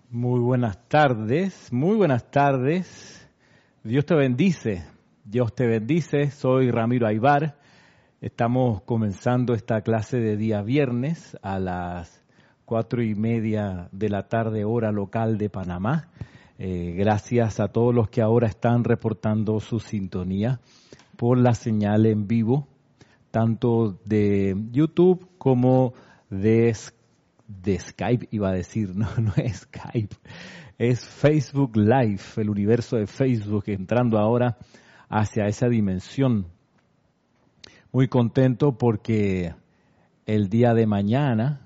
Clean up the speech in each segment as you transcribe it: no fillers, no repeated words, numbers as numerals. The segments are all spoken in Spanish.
Muy buenas tardes, muy buenas tardes. Dios te bendice, Dios te bendice. Soy Ramiro Aybar. Estamos comenzando esta clase de día viernes a las 4:30 de la tarde, hora local de Panamá. Gracias a todos los que ahora están reportando su sintonía por la señal en vivo, tanto de YouTube como de Skype, iba a decir, no es Skype, es Facebook Live, el universo de Facebook, entrando ahora hacia esa dimensión. Muy contento porque el día de mañana,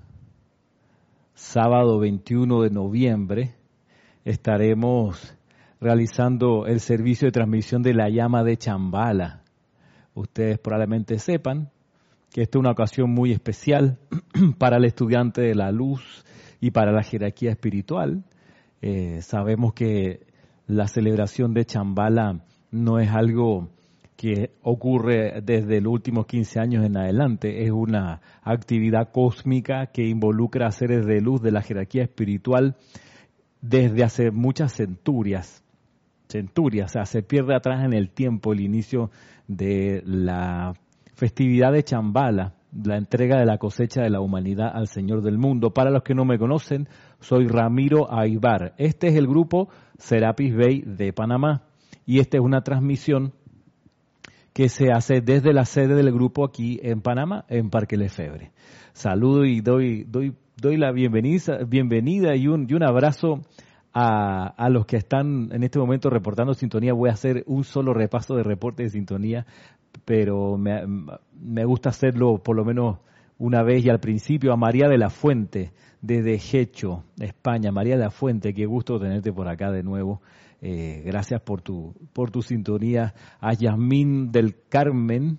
sábado 21 de noviembre, estaremos realizando el servicio de transmisión de la llama de Chambala. Ustedes probablemente sepan que esta es una ocasión muy especial para el estudiante de la luz y para la jerarquía espiritual. Sabemos que la celebración de Chambala no es algo que ocurre desde los últimos 15 años en adelante, es una actividad cósmica que involucra a seres de luz de la jerarquía espiritual desde hace muchas centurias, o sea, se pierde atrás en el tiempo el inicio de la festividad de Chambala, la entrega de la cosecha de la humanidad al Señor del mundo. Para los que no me conocen, soy Ramiro Aybar. Este es el grupo Serapis Bay de Panamá y esta es una transmisión que se hace desde la sede del grupo aquí en Panamá, en Parque Lefebvre. Saludo y doy la bienvenida y un abrazo a los que están en este momento reportando sintonía. Voy a hacer un solo repaso de reporte de sintonía, pero me gusta hacerlo por lo menos una vez y al principio. A María de la Fuente, desde Gecho, España. María de la Fuente, qué gusto tenerte por acá de nuevo. Gracias por tu sintonía. A Yasmín del Carmen,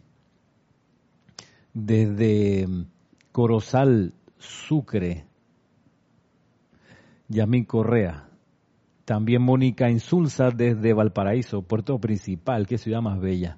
desde Corozal, Sucre. Yasmín Correa. También Mónica Insulza desde Valparaíso, Puerto Principal, qué ciudad más bella.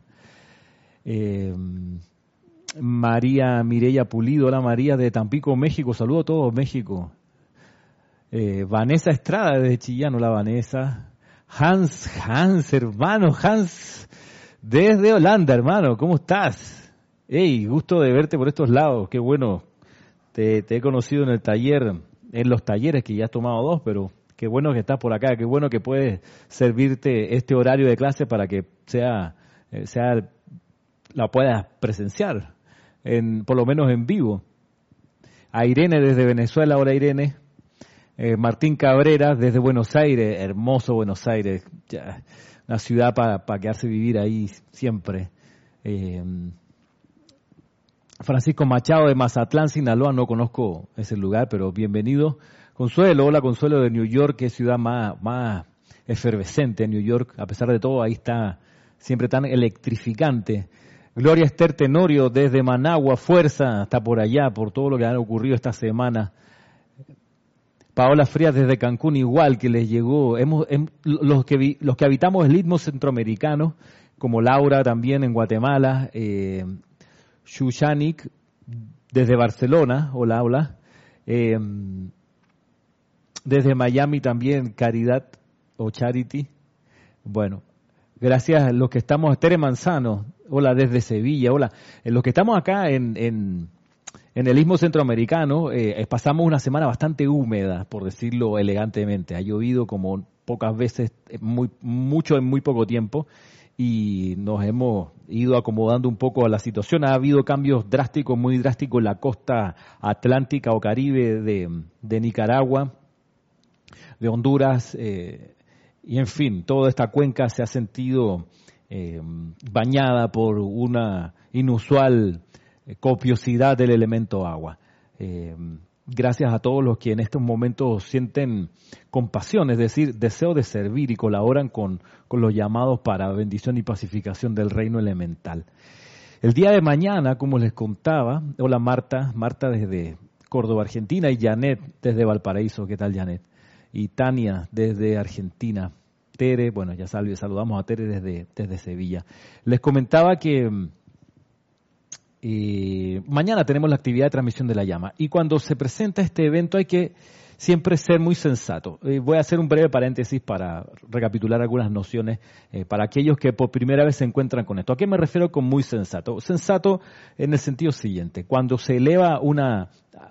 María Mireya Pulido, hola María de Tampico, México, saludo a todos México. Vanessa Estrada desde Chillán, hola Vanessa. Hans, hermano, Hans, desde Holanda, hermano, ¿cómo estás? Hey, gusto de verte por estos lados, qué bueno. Te he conocido en el taller, en los talleres que ya has tomado 2, pero qué bueno que estás por acá, qué bueno que puedes servirte este horario de clase para que la puedas presenciar, por lo menos en vivo. A Irene desde Venezuela, hola Irene. Martín Cabrera desde Buenos Aires, hermoso Buenos Aires, ya, una ciudad para quedarse vivir ahí siempre. Francisco Machado de Mazatlán, Sinaloa, no conozco ese lugar, pero bienvenido. Consuelo, hola Consuelo de New York, que es ciudad más efervescente, New York, a pesar de todo ahí está siempre tan electrificante. Gloria Esther Tenorio desde Managua, fuerza, está por allá, por todo lo que ha ocurrido esta semana. Paola Frías desde Cancún, igual que les llegó. Los que habitamos el Istmo Centroamericano, como Laura también en Guatemala, Shushanik desde Barcelona, hola. Desde Miami también, Caridad o Charity. Bueno, gracias a los que estamos, Tere Manzano, hola desde Sevilla, hola. Los que estamos acá en el Istmo Centroamericano, pasamos una semana bastante húmeda, por decirlo elegantemente. Ha llovido como pocas veces, mucho en muy poco tiempo, y nos hemos ido acomodando un poco a la situación. Ha habido cambios drásticos, muy drásticos en la costa atlántica o caribe de Nicaragua, de Honduras, y en fin, toda esta cuenca se ha sentido bañada por una inusual copiosidad del elemento agua. Gracias a todos los que en estos momentos sienten compasión, es decir, deseo de servir y colaboran con los llamados para bendición y pacificación del reino elemental. El día de mañana, como les contaba, hola Marta desde Córdoba, Argentina, y Janet desde Valparaíso, ¿qué tal Janet? Y Tania desde Argentina. Tere, bueno, ya saludamos a Tere desde Sevilla. Les comentaba que mañana tenemos la actividad de transmisión de la llama. Y cuando se presenta este evento hay que siempre ser muy sensato. Voy a hacer un breve paréntesis para recapitular algunas nociones para aquellos que por primera vez se encuentran con esto. ¿A qué me refiero con muy sensato? Sensato en el sentido siguiente: cuando se eleva una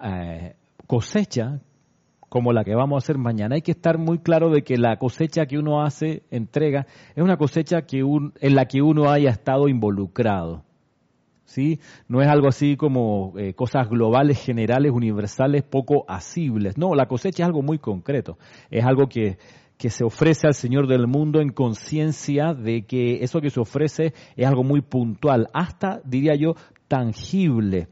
cosecha como la que vamos a hacer mañana, hay que estar muy claro de que la cosecha que uno hace, entrega, es una cosecha en la que uno haya estado involucrado. ¿Sí? No es algo así como cosas globales, generales, universales, poco asibles. No, la cosecha es algo muy concreto. Es algo que se ofrece al Señor del mundo en conciencia de que eso que se ofrece es algo muy puntual, hasta, diría yo, tangible.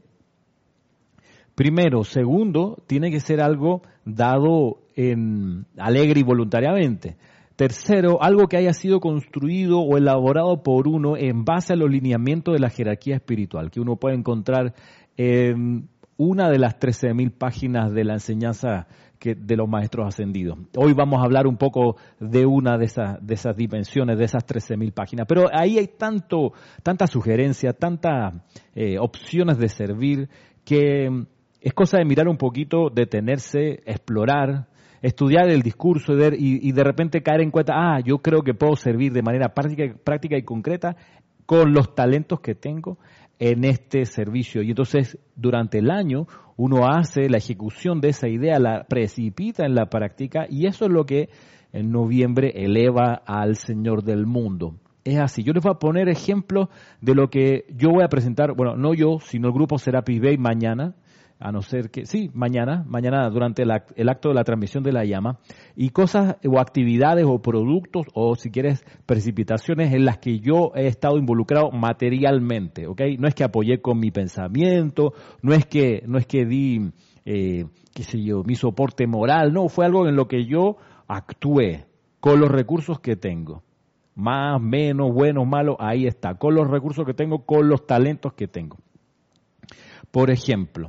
Primero. Segundo, tiene que ser algo dado alegre y voluntariamente. Tercero, algo que haya sido construido o elaborado por uno en base a los lineamientos de la jerarquía espiritual, que uno puede encontrar en una de las 13.000 páginas de la enseñanza de los maestros ascendidos. Hoy vamos a hablar un poco de una de esas dimensiones, de esas 13.000 páginas. Pero ahí hay tanta sugerencia, tantas opciones de servir, que es cosa de mirar un poquito, detenerse, explorar, estudiar el discurso y de repente caer en cuenta, yo creo que puedo servir de manera práctica y concreta con los talentos que tengo en este servicio. Y entonces, durante el año, uno hace la ejecución de esa idea, la precipita en la práctica, y eso es lo que en noviembre eleva al Señor del mundo. Es así. Yo les voy a poner ejemplos de lo que yo voy a presentar, bueno, no yo, sino el grupo Serapis Bay mañana, a no ser que, sí, mañana durante el acto de la transmisión de la llama, y cosas o actividades o productos o, si quieres, precipitaciones en las que yo he estado involucrado materialmente, ¿ok? No es que apoyé con mi pensamiento, no es que di, qué sé yo, mi soporte moral, no, fue algo en lo que yo actué con los recursos que tengo. Más, menos, buenos, malos, ahí está, con los recursos que tengo, con los talentos que tengo. Por ejemplo,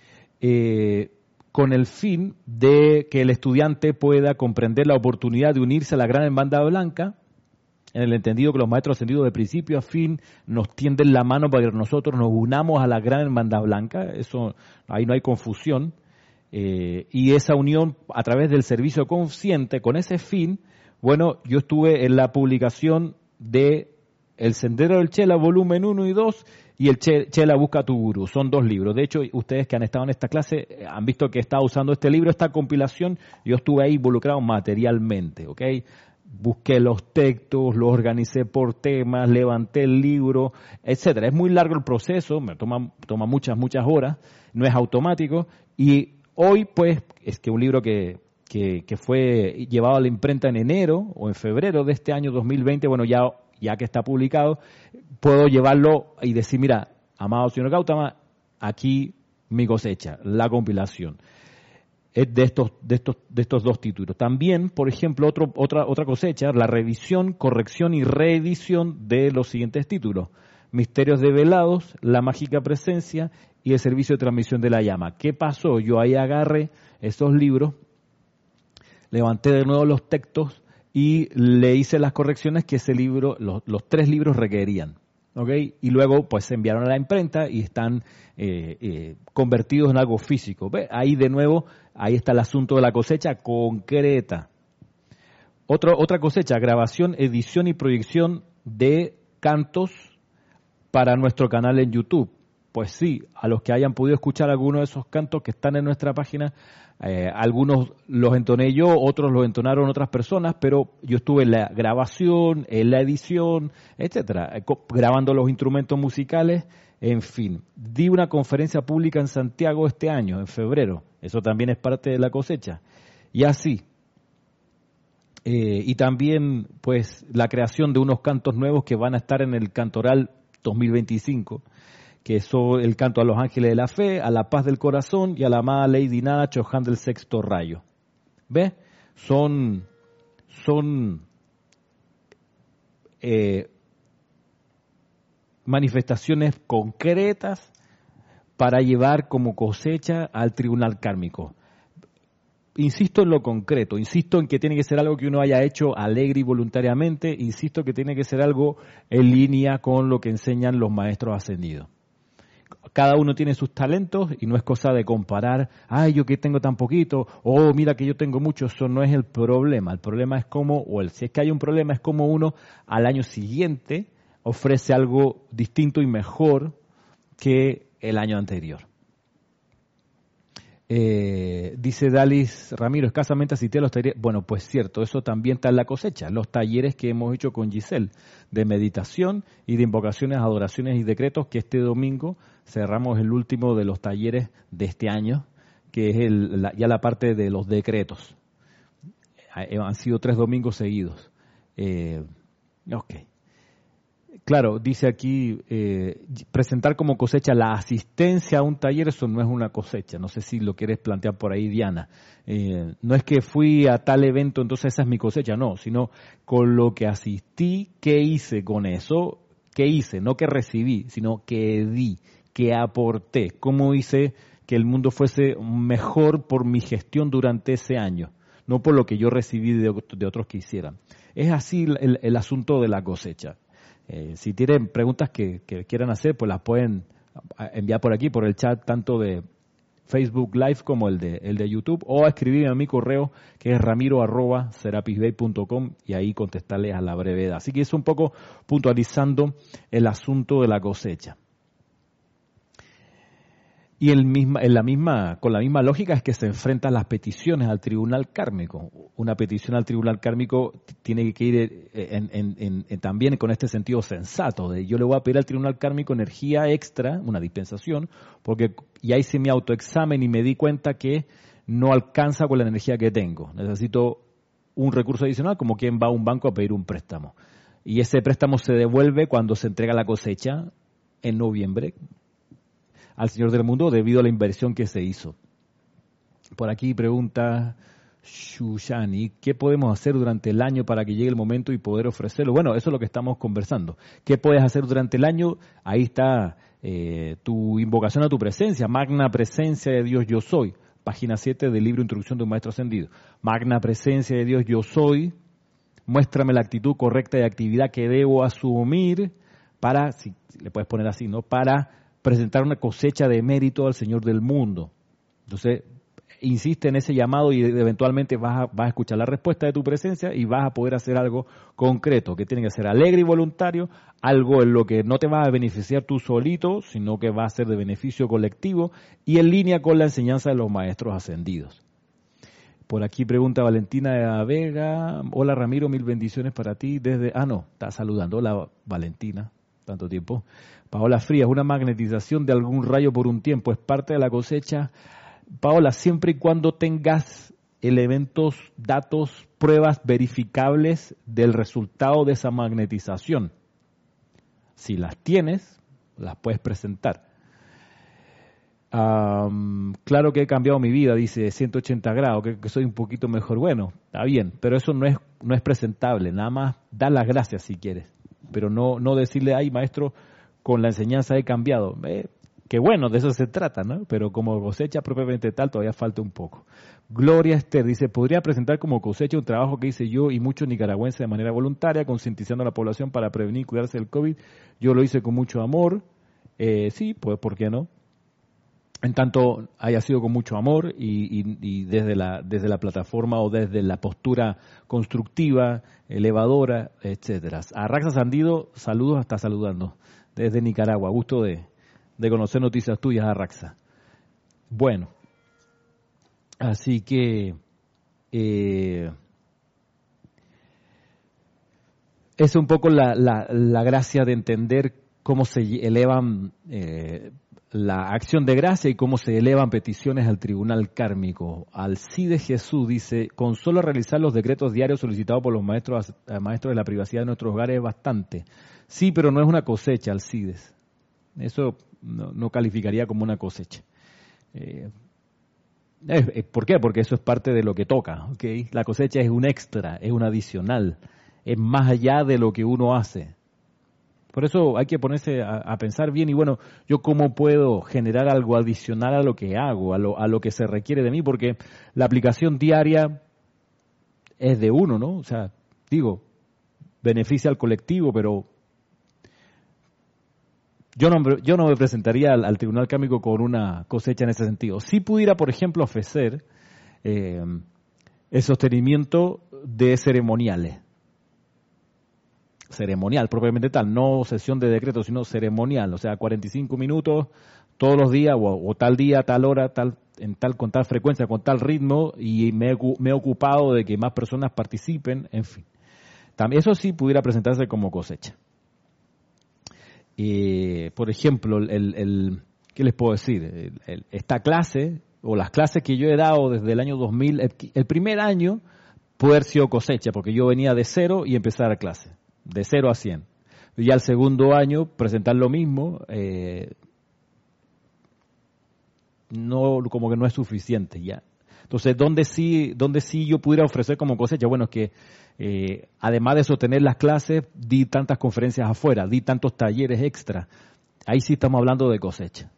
con el fin de que el estudiante pueda comprender la oportunidad de unirse a la gran hermandad blanca, en el entendido que los maestros ascendidos de principio a fin nos tienden la mano para que nosotros nos unamos a la gran hermandad blanca, eso ahí no hay confusión, y esa unión a través del servicio consciente, con ese fin, bueno, yo estuve en la publicación de El Sendero del Chela, volumen 1 y 2, y el Chela Busca tu Gurú. Son 2 libros. De hecho, ustedes que han estado en esta clase han visto que he estado usando este libro, esta compilación. Yo estuve ahí involucrado materialmente, ¿ok? Busqué los textos, los organicé por temas, levanté el libro, etcétera. Es muy largo el proceso, me toma muchas horas, no es automático. Y hoy, pues, es que un libro que fue llevado a la imprenta en enero o en febrero de este año 2020, bueno, ya que está publicado, puedo llevarlo y decir, mira, amado señor Gautama, aquí mi cosecha, la compilación. Es de estos 2 títulos. También, por ejemplo, otra cosecha, la revisión, corrección y reedición de los siguientes títulos: Misterios develados, La mágica presencia y El servicio de transmisión de la llama. ¿Qué pasó? Yo ahí agarré esos libros, levanté de nuevo los textos y le hice las correcciones que ese libro, los 3 libros requerían, ¿ok? Y luego pues se enviaron a la imprenta y están convertidos en algo físico. ¿Ve? Ahí de nuevo, ahí está el asunto de la cosecha concreta. Otra cosecha, grabación, edición y proyección de cantos para nuestro canal en YouTube. Pues sí, a los que hayan podido escuchar algunos de esos cantos que están en nuestra página, algunos los entoné yo, otros los entonaron otras personas, pero yo estuve en la grabación, en la edición, etcétera, grabando los instrumentos musicales, en fin. Di una conferencia pública en Santiago este año, en febrero, eso también es parte de la cosecha, y así. Y también, pues, la creación de unos cantos nuevos que van a estar en el Cantoral 2025, que son el canto a los ángeles de la fe, a la paz del corazón y a la amada Lady Nada Chohan del sexto rayo. ¿Ves? Son manifestaciones concretas para llevar como cosecha al tribunal kármico. Insisto en lo concreto, insisto en que tiene que ser algo que uno haya hecho alegre y voluntariamente, insisto que tiene que ser algo en línea con lo que enseñan los maestros ascendidos. cada uno tiene sus talentos y no es cosa de comparar, ay, yo que tengo tan poquito, oh, mira que yo tengo mucho. Eso no es el problema. El problema es cómo, si es que hay un problema, es cómo uno al año siguiente ofrece algo distinto y mejor que el año anterior. Dice Dalis Ramiro, escasamente asistí a los talleres. Bueno, pues cierto, eso también está en la cosecha. Los talleres que hemos hecho con Giselle de meditación y de invocaciones, adoraciones y decretos, que este domingo cerramos el último de los talleres de este año, que es ya la parte de los decretos. Han sido 3 domingos seguidos. Ok. Claro, dice aquí, presentar como cosecha la asistencia a un taller, eso no es una cosecha. No sé si lo quieres plantear por ahí, Diana. No es que fui a tal evento, entonces esa es mi cosecha, no, sino con lo que asistí, ¿qué hice con eso? ¿Qué hice? No que recibí, sino que di, que aporté. ¿Cómo hice que el mundo fuese mejor por mi gestión durante ese año? No por lo que yo recibí de otros que hicieran. Es así el asunto de la cosecha. Si tienen preguntas que quieran hacer, pues las pueden enviar por aquí, por el chat, tanto de Facebook Live como el de YouTube, o escribirme a mi correo, que es ramiro@serapisbay.com, y ahí contestarles a la brevedad. Así que es un poco puntualizando el asunto de la cosecha. Y con la misma lógica es que se enfrentan las peticiones al tribunal kármico. Una petición al tribunal kármico tiene que ir también con este sentido sensato, de yo le voy a pedir al tribunal kármico energía extra, una dispensación, porque ya hice mi autoexamen y me di cuenta que no alcanza con la energía que tengo. Necesito un recurso adicional, como quien va a un banco a pedir un préstamo. Y ese préstamo se devuelve cuando se entrega la cosecha en noviembre al Señor del Mundo debido a la inversión que se hizo. Por aquí pregunta Shushani, ¿qué podemos hacer durante el año para que llegue el momento y poder ofrecerlo? Bueno, eso es lo que estamos conversando. ¿Qué puedes hacer durante el año? Ahí está tu invocación a tu presencia, magna presencia de Dios yo soy, página 7 del libro Introducción de un Maestro Ascendido. Magna presencia de Dios yo soy, muéstrame la actitud correcta de actividad que debo asumir para, si le puedes poner así, ¿no? Para presentar una cosecha de mérito al Señor del mundo. Entonces, insiste en ese llamado y eventualmente vas a escuchar la respuesta de tu presencia y vas a poder hacer algo concreto, que tiene que ser alegre y voluntario, algo en lo que no te vas a beneficiar tú solito, sino que va a ser de beneficio colectivo y en línea con la enseñanza de los maestros ascendidos. Por aquí pregunta Valentina Vega, hola Ramiro, 1000 bendiciones para ti desde... está saludando, hola Valentina, tanto tiempo. Paola Frías, una magnetización de algún rayo por un tiempo, ¿es parte de la cosecha? Paola, siempre y cuando tengas elementos, datos, pruebas verificables del resultado de esa magnetización. Si las tienes, las puedes presentar. Claro que he cambiado mi vida, dice 180 grados, que soy un poquito mejor. Bueno, está bien, pero eso no es presentable, nada más dar las gracias si quieres. Pero no decirle, ay maestro, con la enseñanza he cambiado. Que bueno, de eso se trata, ¿no? Pero como cosecha propiamente tal, todavía falta un poco. Gloria Esther dice, ¿podría presentar como cosecha un trabajo que hice yo y muchos nicaragüenses de manera voluntaria, concientizando a la población para prevenir y cuidarse del COVID? Yo lo hice con mucho amor. Sí, pues, ¿por qué no? En tanto haya sido con mucho amor y desde la plataforma o desde la postura constructiva, elevadora, etcétera. A Raxa Sandido, saludos, hasta saludando desde Nicaragua. Gusto de conocer noticias tuyas, Arraxa. Bueno, así que es un poco la gracia de entender cómo se elevan la acción de gracia y cómo se elevan peticiones al tribunal kármico. Alcides Jesús dice, con solo realizar los decretos diarios solicitados por los maestros de la privacidad de nuestros hogares es bastante. Sí, pero no es una cosecha, Alcides. Eso no calificaría como una cosecha. ¿Por qué? Porque eso es parte de lo que toca, ¿okay? La cosecha es un extra, es un adicional, es más allá de lo que uno hace. Por eso hay que ponerse a pensar bien y bueno, yo cómo puedo generar algo adicional a lo que hago, a lo que se requiere de mí, porque la aplicación diaria es de uno, ¿no? O sea, digo, beneficia al colectivo, pero yo no me presentaría al tribunal kármico con una cosecha en ese sentido. Si pudiera, por ejemplo, ofrecer el sostenimiento de ceremoniales. Ceremonial, propiamente tal, no sesión de decreto, sino ceremonial, o sea, 45 minutos todos los días, o tal día, tal hora, con tal frecuencia, con tal ritmo, y me he ocupado de que más personas participen, en fin. También, eso sí pudiera presentarse como cosecha. Por ejemplo, ¿qué les puedo decir? Esta clase, o las clases que yo he dado desde el año 2000, el primer año puede haber sido cosecha, porque yo venía de 0 y empecé a dar clase, de 0 a 100. Y al segundo año presentar lo mismo, no, como que no es suficiente ya. Entonces, ¿dónde sí yo pudiera ofrecer como cosecha? Bueno, es que además de sostener las clases, di tantas conferencias afuera, di tantos talleres extra. Ahí sí estamos hablando de cosecha.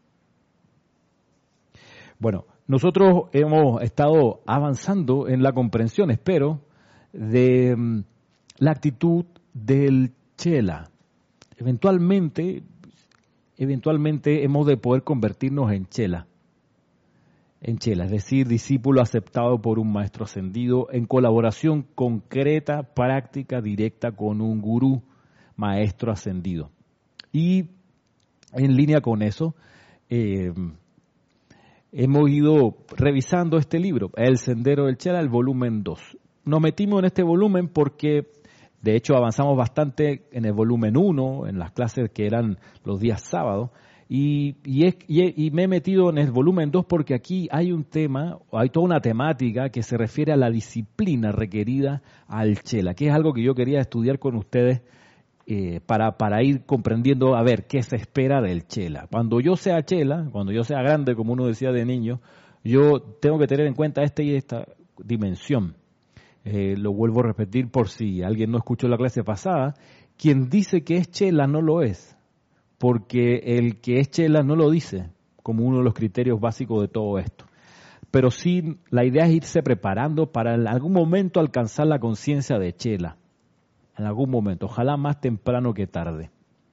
Bueno, nosotros hemos estado avanzando en la comprensión, espero, de la actitud del chela. Eventualmente hemos de poder convertirnos en chela, es decir, discípulo aceptado por un maestro ascendido en colaboración concreta, práctica, directa con un gurú, maestro ascendido. Y en línea con eso, hemos ido revisando este libro, El Sendero del Chela, el volumen 2. Nos metimos en este volumen porque, de hecho, avanzamos bastante en el volumen 1, en las clases que eran los días sábados, y me he metido en el volumen 2 porque aquí hay un tema, hay toda una temática que se refiere a la disciplina requerida al chela, que es algo que yo quería estudiar con ustedes para ir comprendiendo a ver qué se espera del chela. Cuando yo sea chela, cuando yo sea grande, como uno decía de niño, yo tengo que tener en cuenta esta y esta dimensión. Lo vuelvo a repetir por si alguien no escuchó la clase pasada. Quien dice que es chela no lo es, porque el que es chela no lo dice como uno de los criterios básicos de todo esto. Pero sí, la idea es irse preparando para en algún momento alcanzar la conciencia de chela. En algún momento, ojalá más temprano que tarde.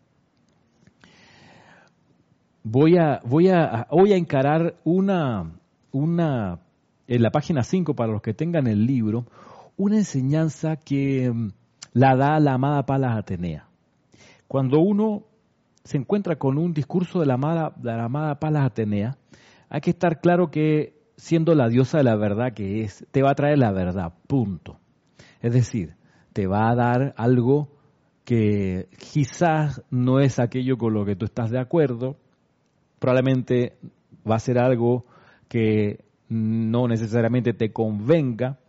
Voy a encarar una en la página 5, para los que tengan el libro, una enseñanza que la da la amada Palas Atenea. Cuando uno se encuentra con un discurso de la amada Palas Atenea, hay que estar claro que, siendo la diosa de la verdad que es, te va a traer la verdad, punto. Es decir, te va a dar algo que quizás no es aquello con lo que tú estás de acuerdo, probablemente va a ser algo que no necesariamente te convenga,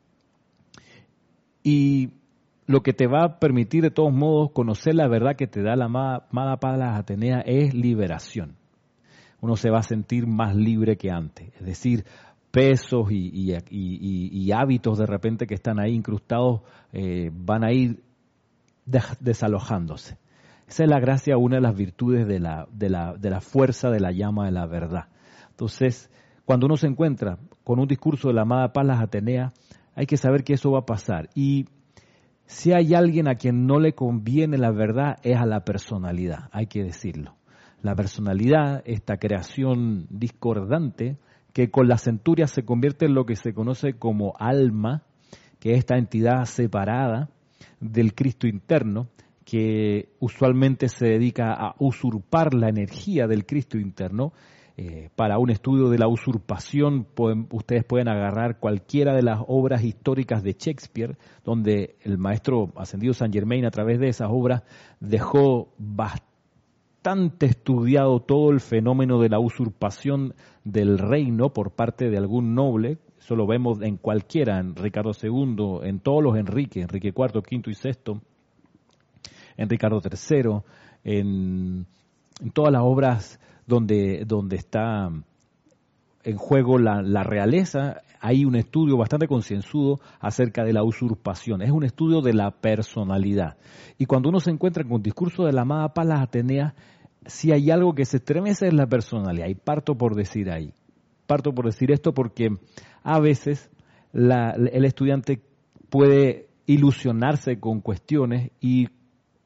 y lo que te va a permitir de todos modos conocer la verdad que te da la amada Palas Atenea es liberación. Uno se va a sentir más libre que antes, es decir, pesos y hábitos de repente que están ahí incrustados van a ir desalojándose. Esa es la gracia, una de las virtudes de la fuerza de la llama de la verdad. Entonces, cuando uno se encuentra con un discurso de la amada Palas Atenea, hay que saber que eso va a pasar. Y si hay alguien a quien no le conviene la verdad, es a la personalidad, hay que decirlo. La personalidad, esta creación discordante, que con las centurias se convierte en lo que se conoce como alma, que es esta entidad separada del Cristo interno, que usualmente se dedica a usurpar la energía del Cristo interno. Para un estudio de la usurpación, ustedes pueden agarrar cualquiera de las obras históricas de Shakespeare, donde el maestro ascendido Saint Germain, a través de esas obras, dejó bastante estudiado todo el fenómeno de la usurpación del reino por parte de algún noble. Eso lo vemos en cualquiera, en Ricardo II, en todos los Enrique IV, V y VI, en Ricardo III, en todas las obras donde está en juego la realeza. Hay un estudio bastante concienzudo acerca de la usurpación. Es un estudio de la personalidad. Y cuando uno se encuentra con el discurso de la amada Palas Atenea, si hay algo que se estremece es la personalidad. Y parto por decir esto porque a veces el estudiante puede ilusionarse con cuestiones y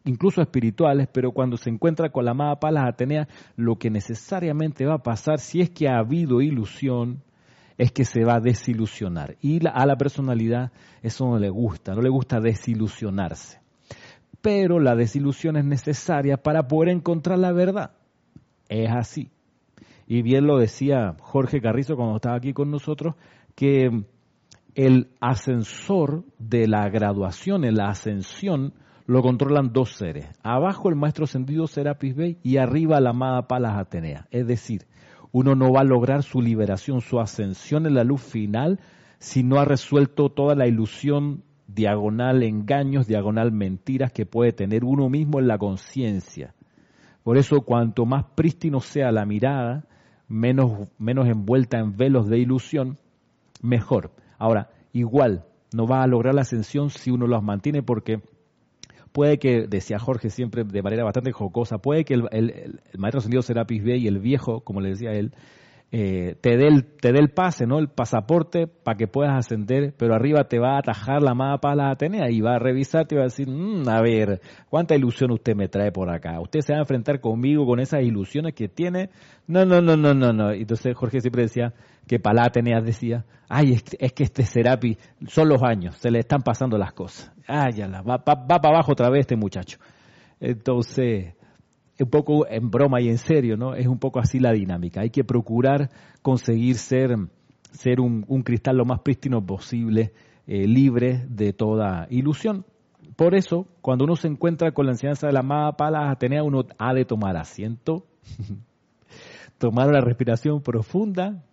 incluso espirituales, pero cuando se encuentra con la amada Palas Atenea, lo que necesariamente va a pasar, si es que ha habido ilusión, es que se va a desilusionar. Y a la personalidad eso no le gusta desilusionarse. Pero la desilusión es necesaria para poder encontrar la verdad. Es así. Y bien lo decía Jorge Carrizo cuando estaba aquí con nosotros, que el ascensor de la graduación, en la ascensión, lo controlan dos seres. Abajo el maestro ascendido Serapis Bey y arriba la amada Palas Atenea. Es decir, uno no va a lograr su liberación, su ascensión en la luz final, si no ha resuelto toda la ilusión diagonal engaños, diagonal mentiras que puede tener uno mismo en la conciencia. Por eso, cuanto más prístino sea la mirada, menos envuelta en velos de ilusión, mejor. Ahora, igual, no va a lograr la ascensión si uno los mantiene, porque puede que, decía Jorge siempre de manera bastante jocosa, puede que el maestro ascendido Serapis Bey y el viejo, como le decía él, te dé el pase, ¿no? El pasaporte para que puedas ascender, pero arriba te va a atajar la amada Palas Atenea y va a revisarte y va a decir, a ver, ¿cuánta ilusión usted me trae por acá? ¿Usted se va a enfrentar conmigo con esas ilusiones que tiene? No. Entonces Jorge siempre decía que Palas Atenea decía, ay, es que este Serapis, son los años, se le están pasando las cosas. Ay, ya va para abajo otra vez este muchacho. Entonces, un poco en broma y en serio, ¿no? Es un poco así la dinámica. Hay que procurar conseguir ser un cristal lo más prístino posible, libre de toda ilusión. Por eso, cuando uno se encuentra con la enseñanza de la amada Palas Atenea, uno ha de tomar asiento, tomar una respiración profunda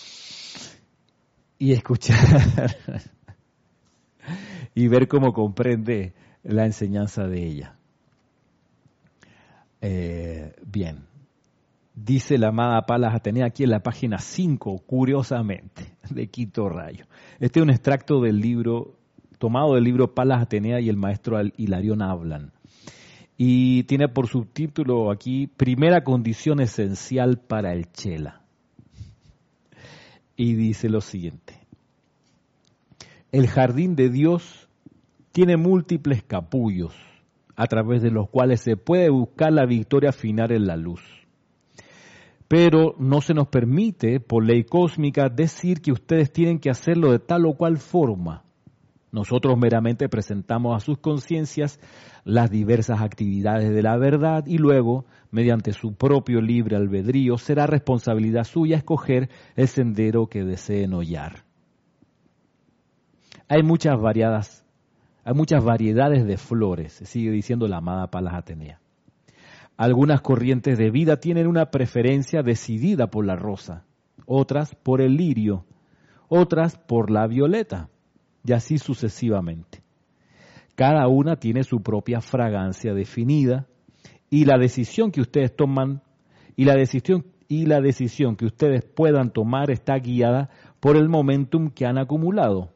y escuchar y ver cómo comprende la enseñanza de ella. Bien, dice la amada Palas Atenea aquí en la página 5, curiosamente, de Quito Rayo. Este es un extracto del libro, tomado del libro Palas Atenea y el maestro Hilarión hablan. Y tiene por subtítulo aquí, primera condición esencial para el Chela. Y dice lo siguiente: el jardín de Dios tiene múltiples capullos, a través de los cuales se puede buscar la victoria final en la luz. Pero no se nos permite, por ley cósmica, decir que ustedes tienen que hacerlo de tal o cual forma. Nosotros meramente presentamos a sus conciencias las diversas actividades de la verdad y luego, mediante su propio libre albedrío, será responsabilidad suya escoger el sendero que deseen hollar. Hay muchas variedades de flores, sigue diciendo la amada Palas Atenea. Algunas corrientes de vida tienen una preferencia decidida por la rosa, otras por el lirio, otras por la violeta, y así sucesivamente. Cada una tiene su propia fragancia definida, y la decisión que ustedes toman, y la decisión que ustedes puedan tomar está guiada por el momentum que han acumulado.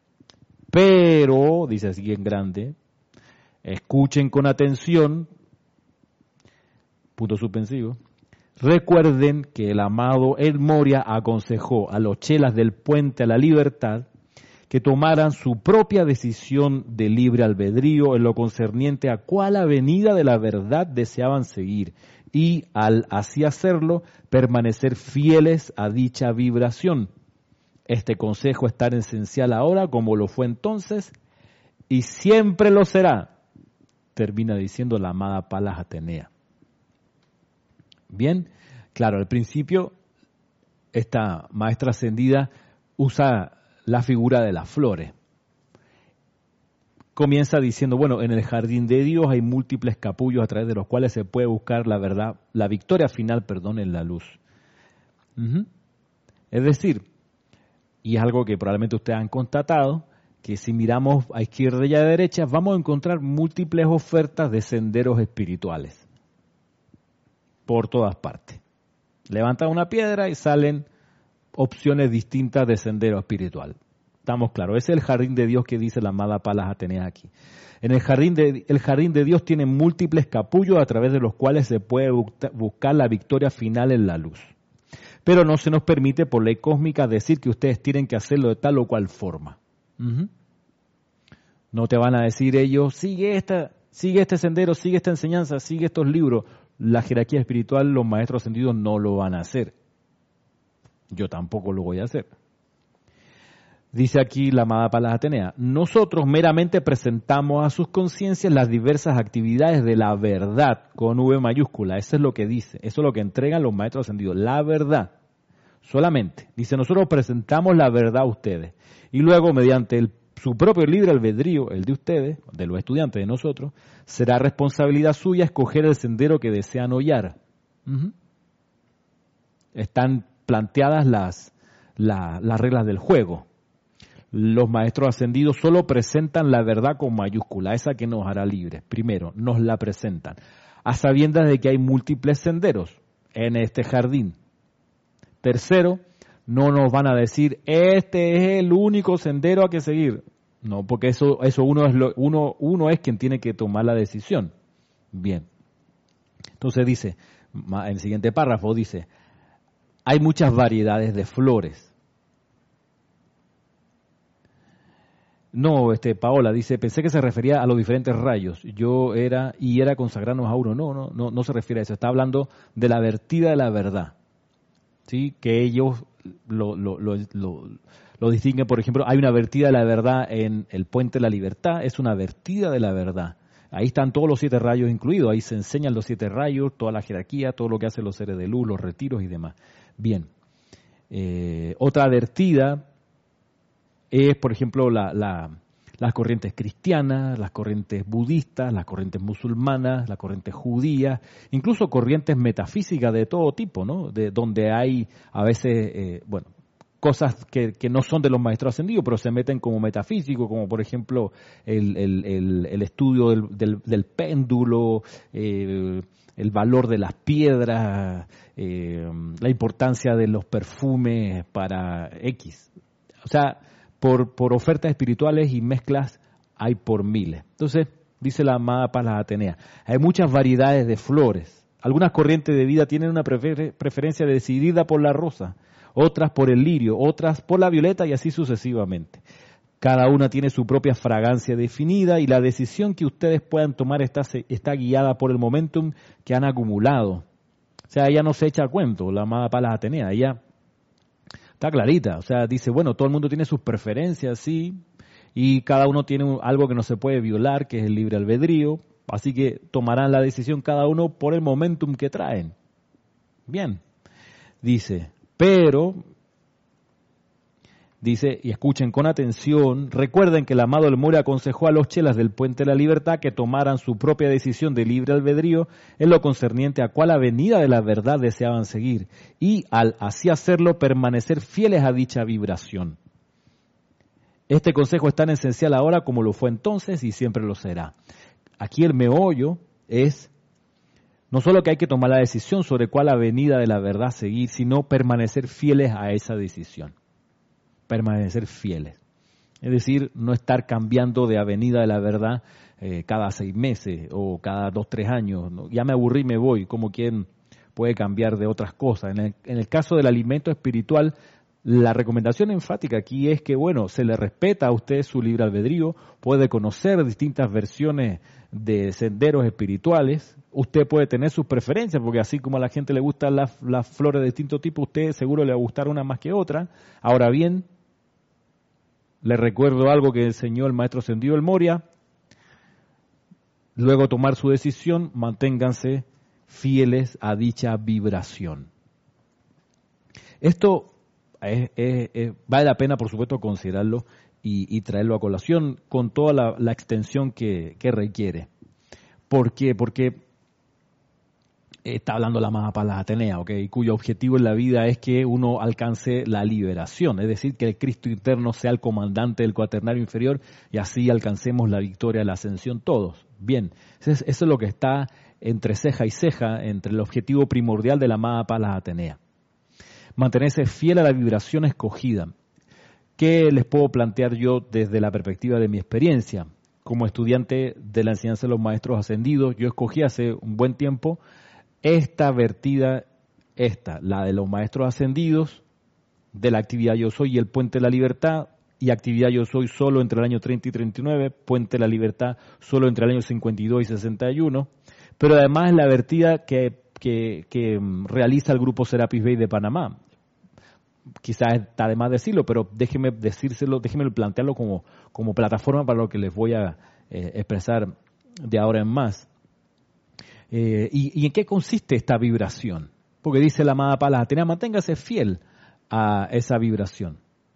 Pero, dice así en grande, escuchen con atención, punto suspensivo, recuerden que el amado El Moria aconsejó a los chelas del Puente a la Libertad que tomaran su propia decisión de libre albedrío en lo concerniente a cuál avenida de la verdad deseaban seguir y, al así hacerlo, permanecer fieles a dicha vibración. Este consejo es tan esencial ahora como lo fue entonces y siempre lo será, termina diciendo la amada Palas Atenea. Bien, claro, al principio esta maestra ascendida usa la figura de las flores. Comienza diciendo, bueno, en el jardín de Dios hay múltiples capullos a través de los cuales se puede buscar la verdad, la victoria final, en la luz. Es decir, y es algo que probablemente ustedes han constatado, que si miramos a izquierda y a derecha vamos a encontrar múltiples ofertas de senderos espirituales por todas partes. Levantan una piedra y salen opciones distintas de sendero espiritual. Estamos claros, ese es el jardín de Dios que dice la amada Palas Atenea aquí. En el jardín de Dios tiene múltiples capullos a través de los cuales se puede buscar la victoria final en la luz. Pero no se nos permite por ley cósmica decir que ustedes tienen que hacerlo de tal o cual forma. No te van a decir ellos, sigue esta sigue este sendero, sigue esta enseñanza, sigue estos libros. La jerarquía espiritual, los maestros ascendidos no lo van a hacer. Yo tampoco lo voy a hacer. Dice aquí la amada Palas Atenea, nosotros meramente presentamos a sus conciencias las diversas actividades de la verdad, con V mayúscula, eso es lo que dice, eso es lo que entregan los maestros ascendidos, la verdad, solamente. Dice, nosotros presentamos la verdad a ustedes, y luego mediante su propio libre albedrío, el de ustedes, de los estudiantes de nosotros, será responsabilidad suya escoger el sendero que desean hollar. Están planteadas las reglas del juego. Los maestros ascendidos solo presentan la verdad con mayúscula, esa que nos hará libres. Primero, nos la presentan, a sabiendas de que hay múltiples senderos en este jardín. Tercero, no nos van a decir, este es el único sendero a que seguir. No, porque eso uno es quien tiene que tomar la decisión. Bien. Entonces dice, en el siguiente párrafo dice, hay muchas variedades de flores. No, Paola dice, pensé que se refería a los diferentes rayos. Era consagrarnos a uno. No se refiere a eso. Está hablando de la vertida de la verdad. ¿Sí? Que ellos lo distinguen, por ejemplo, hay una vertida de la verdad en el Puente de la Libertad, es una vertida de la verdad. Ahí están todos los 7 rayos incluidos, ahí se enseñan los 7 rayos, toda la jerarquía, todo lo que hacen los seres de luz, los retiros y demás. Bien. Otra vertida es, por ejemplo, las corrientes cristianas, las corrientes budistas, las corrientes musulmanas, las corrientes judías, incluso corrientes metafísicas de todo tipo, ¿no? De donde hay a veces, cosas que no son de los maestros ascendidos, pero se meten como metafísicos, como por ejemplo el estudio del péndulo, el valor de las piedras, la importancia de los perfumes para X. O sea, por ofertas espirituales y mezclas hay por miles. Entonces, dice la amada Palas Atenea, hay muchas variedades de flores. Algunas corrientes de vida tienen una preferencia decidida por la rosa, otras por el lirio, otras por la violeta y así sucesivamente. Cada una tiene su propia fragancia definida y la decisión que ustedes puedan tomar está guiada por el momentum que han acumulado. O sea, ella no se echa a cuento, la amada Palas Atenea, ella está clarita, o sea, dice, bueno, todo el mundo tiene sus preferencias, sí, y cada uno tiene algo que no se puede violar, que es el libre albedrío, así que tomarán la decisión cada uno por el momentum que traen. Bien, dice, y escuchen con atención, recuerden que el amado El Moria aconsejó a los chelas del Puente de la Libertad que tomaran su propia decisión de libre albedrío en lo concerniente a cuál avenida de la verdad deseaban seguir y al así hacerlo permanecer fieles a dicha vibración. Este consejo es tan esencial ahora como lo fue entonces y siempre lo será. Aquí el meollo es no solo que hay que tomar la decisión sobre cuál avenida de la verdad seguir, sino permanecer fieles a esa decisión. Permanecer fieles. Es decir, no estar cambiando de avenida de la verdad cada 6 meses o cada 2, 3 años. ¿No? Ya me aburrí, me voy, como quien puede cambiar de otras cosas. En el caso del alimento espiritual, la recomendación enfática aquí es que, bueno, se le respeta a usted su libre albedrío, puede conocer distintas versiones de senderos espirituales, usted puede tener sus preferencias, porque así como a la gente le gustan las flores de distinto tipo, a usted seguro le va a gustar una más que otra. Ahora bien, le recuerdo algo que enseñó el maestro ascendido El Moria, luego tomar su decisión, manténganse fieles a dicha vibración. Esto vale la pena, por supuesto, considerarlo y traerlo a colación con toda la extensión que requiere. ¿Por qué? Porque está hablando la amada Palas Atenea, ¿okay? Cuyo objetivo en la vida es que uno alcance la liberación, es decir, que el Cristo interno sea el comandante del cuaternario inferior y así alcancemos la victoria, la ascensión todos. Bien, eso es lo que está entre ceja y ceja, entre el objetivo primordial de la amada Palas Atenea. Mantenerse fiel a la vibración escogida. ¿Qué les puedo plantear yo desde la perspectiva de mi experiencia? Como estudiante de la enseñanza de los maestros ascendidos, yo escogí hace un buen tiempo esta vertida, la de los maestros ascendidos, de la actividad Yo Soy y el Puente de la Libertad, y Actividad Yo Soy solo entre el año 30 y 39, Puente de la Libertad solo entre el año 52 y 61, pero además la vertida que realiza el grupo Serapis Bay de Panamá. Quizás está de más decirlo, pero déjenme plantearlo como plataforma para lo que les voy a expresar de ahora en más. ¿Y en qué consiste esta vibración? Porque dice la amada Palas Atenea, manténgase fiel a esa vibración.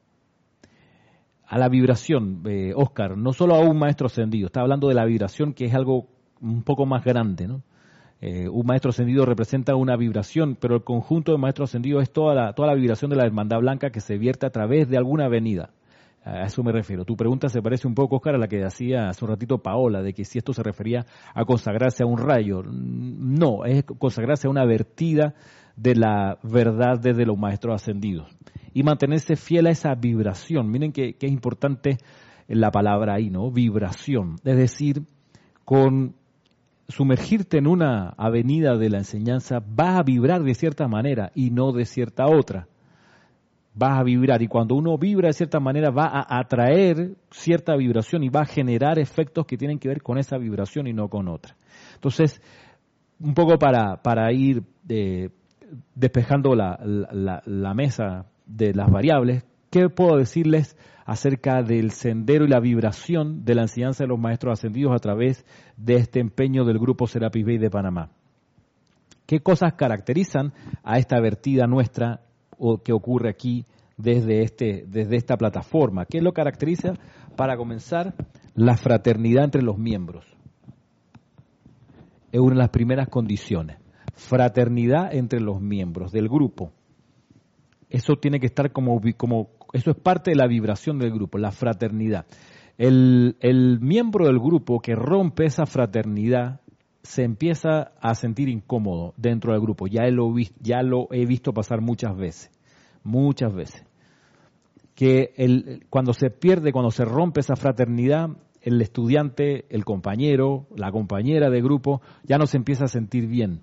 A la vibración, Oscar, no solo a un maestro ascendido, está hablando de la vibración, que es algo un poco más grande, ¿no? Un maestro ascendido representa una vibración, pero el conjunto de maestros ascendidos es toda la vibración de la hermandad blanca que se vierte a través de alguna avenida. A eso me refiero. Tu pregunta se parece un poco, Oscar, a la que hacía hace un ratito Paola, de que si esto se refería a consagrarse a un rayo. No, es consagrarse a una vertida de la verdad desde los maestros ascendidos. Y mantenerse fiel a esa vibración. Miren que es importante la palabra ahí, ¿no? Vibración. Es decir, con sumergirte en una avenida de la enseñanza, vas a vibrar de cierta manera y no de cierta otra. Vas a vibrar, y cuando uno vibra de cierta manera va a atraer cierta vibración y va a generar efectos que tienen que ver con esa vibración y no con otra. Entonces, un poco para ir despejando la mesa de las variables, ¿qué puedo decirles acerca del sendero y la vibración de la enseñanza de los maestros ascendidos a través de este empeño del grupo Serapis Bay de Panamá? ¿Qué cosas caracterizan a esta vertida nuestra o que ocurre aquí desde esta plataforma? ¿Qué lo caracteriza? Para comenzar, la fraternidad entre los miembros. Es una de las primeras condiciones. Fraternidad entre los miembros del grupo. Eso tiene que estar eso es parte de la vibración del grupo, la fraternidad. El miembro del grupo que rompe esa fraternidad se empieza a sentir incómodo dentro del grupo. Ya lo he visto pasar muchas veces. Que cuando se rompe esa fraternidad, el estudiante, el compañero, la compañera de grupo, ya no se empieza a sentir bien.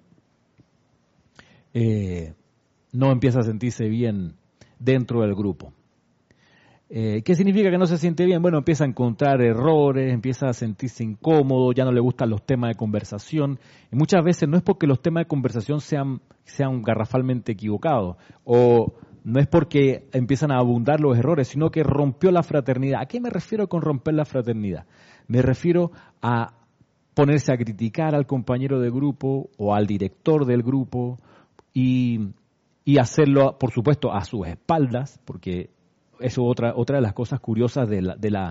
No empieza a sentirse bien dentro del grupo. ¿Qué significa que no se siente bien? Bueno, empieza a encontrar errores, empieza a sentirse incómodo, ya no le gustan los temas de conversación. Y muchas veces no es porque los temas de conversación sean garrafalmente equivocados, o no es porque empiezan a abundar los errores, sino que rompió la fraternidad. ¿A qué me refiero con romper la fraternidad? Me refiero a ponerse a criticar al compañero de grupo o al director del grupo y hacerlo, por supuesto, a sus espaldas, porque eso es otra de las cosas curiosas de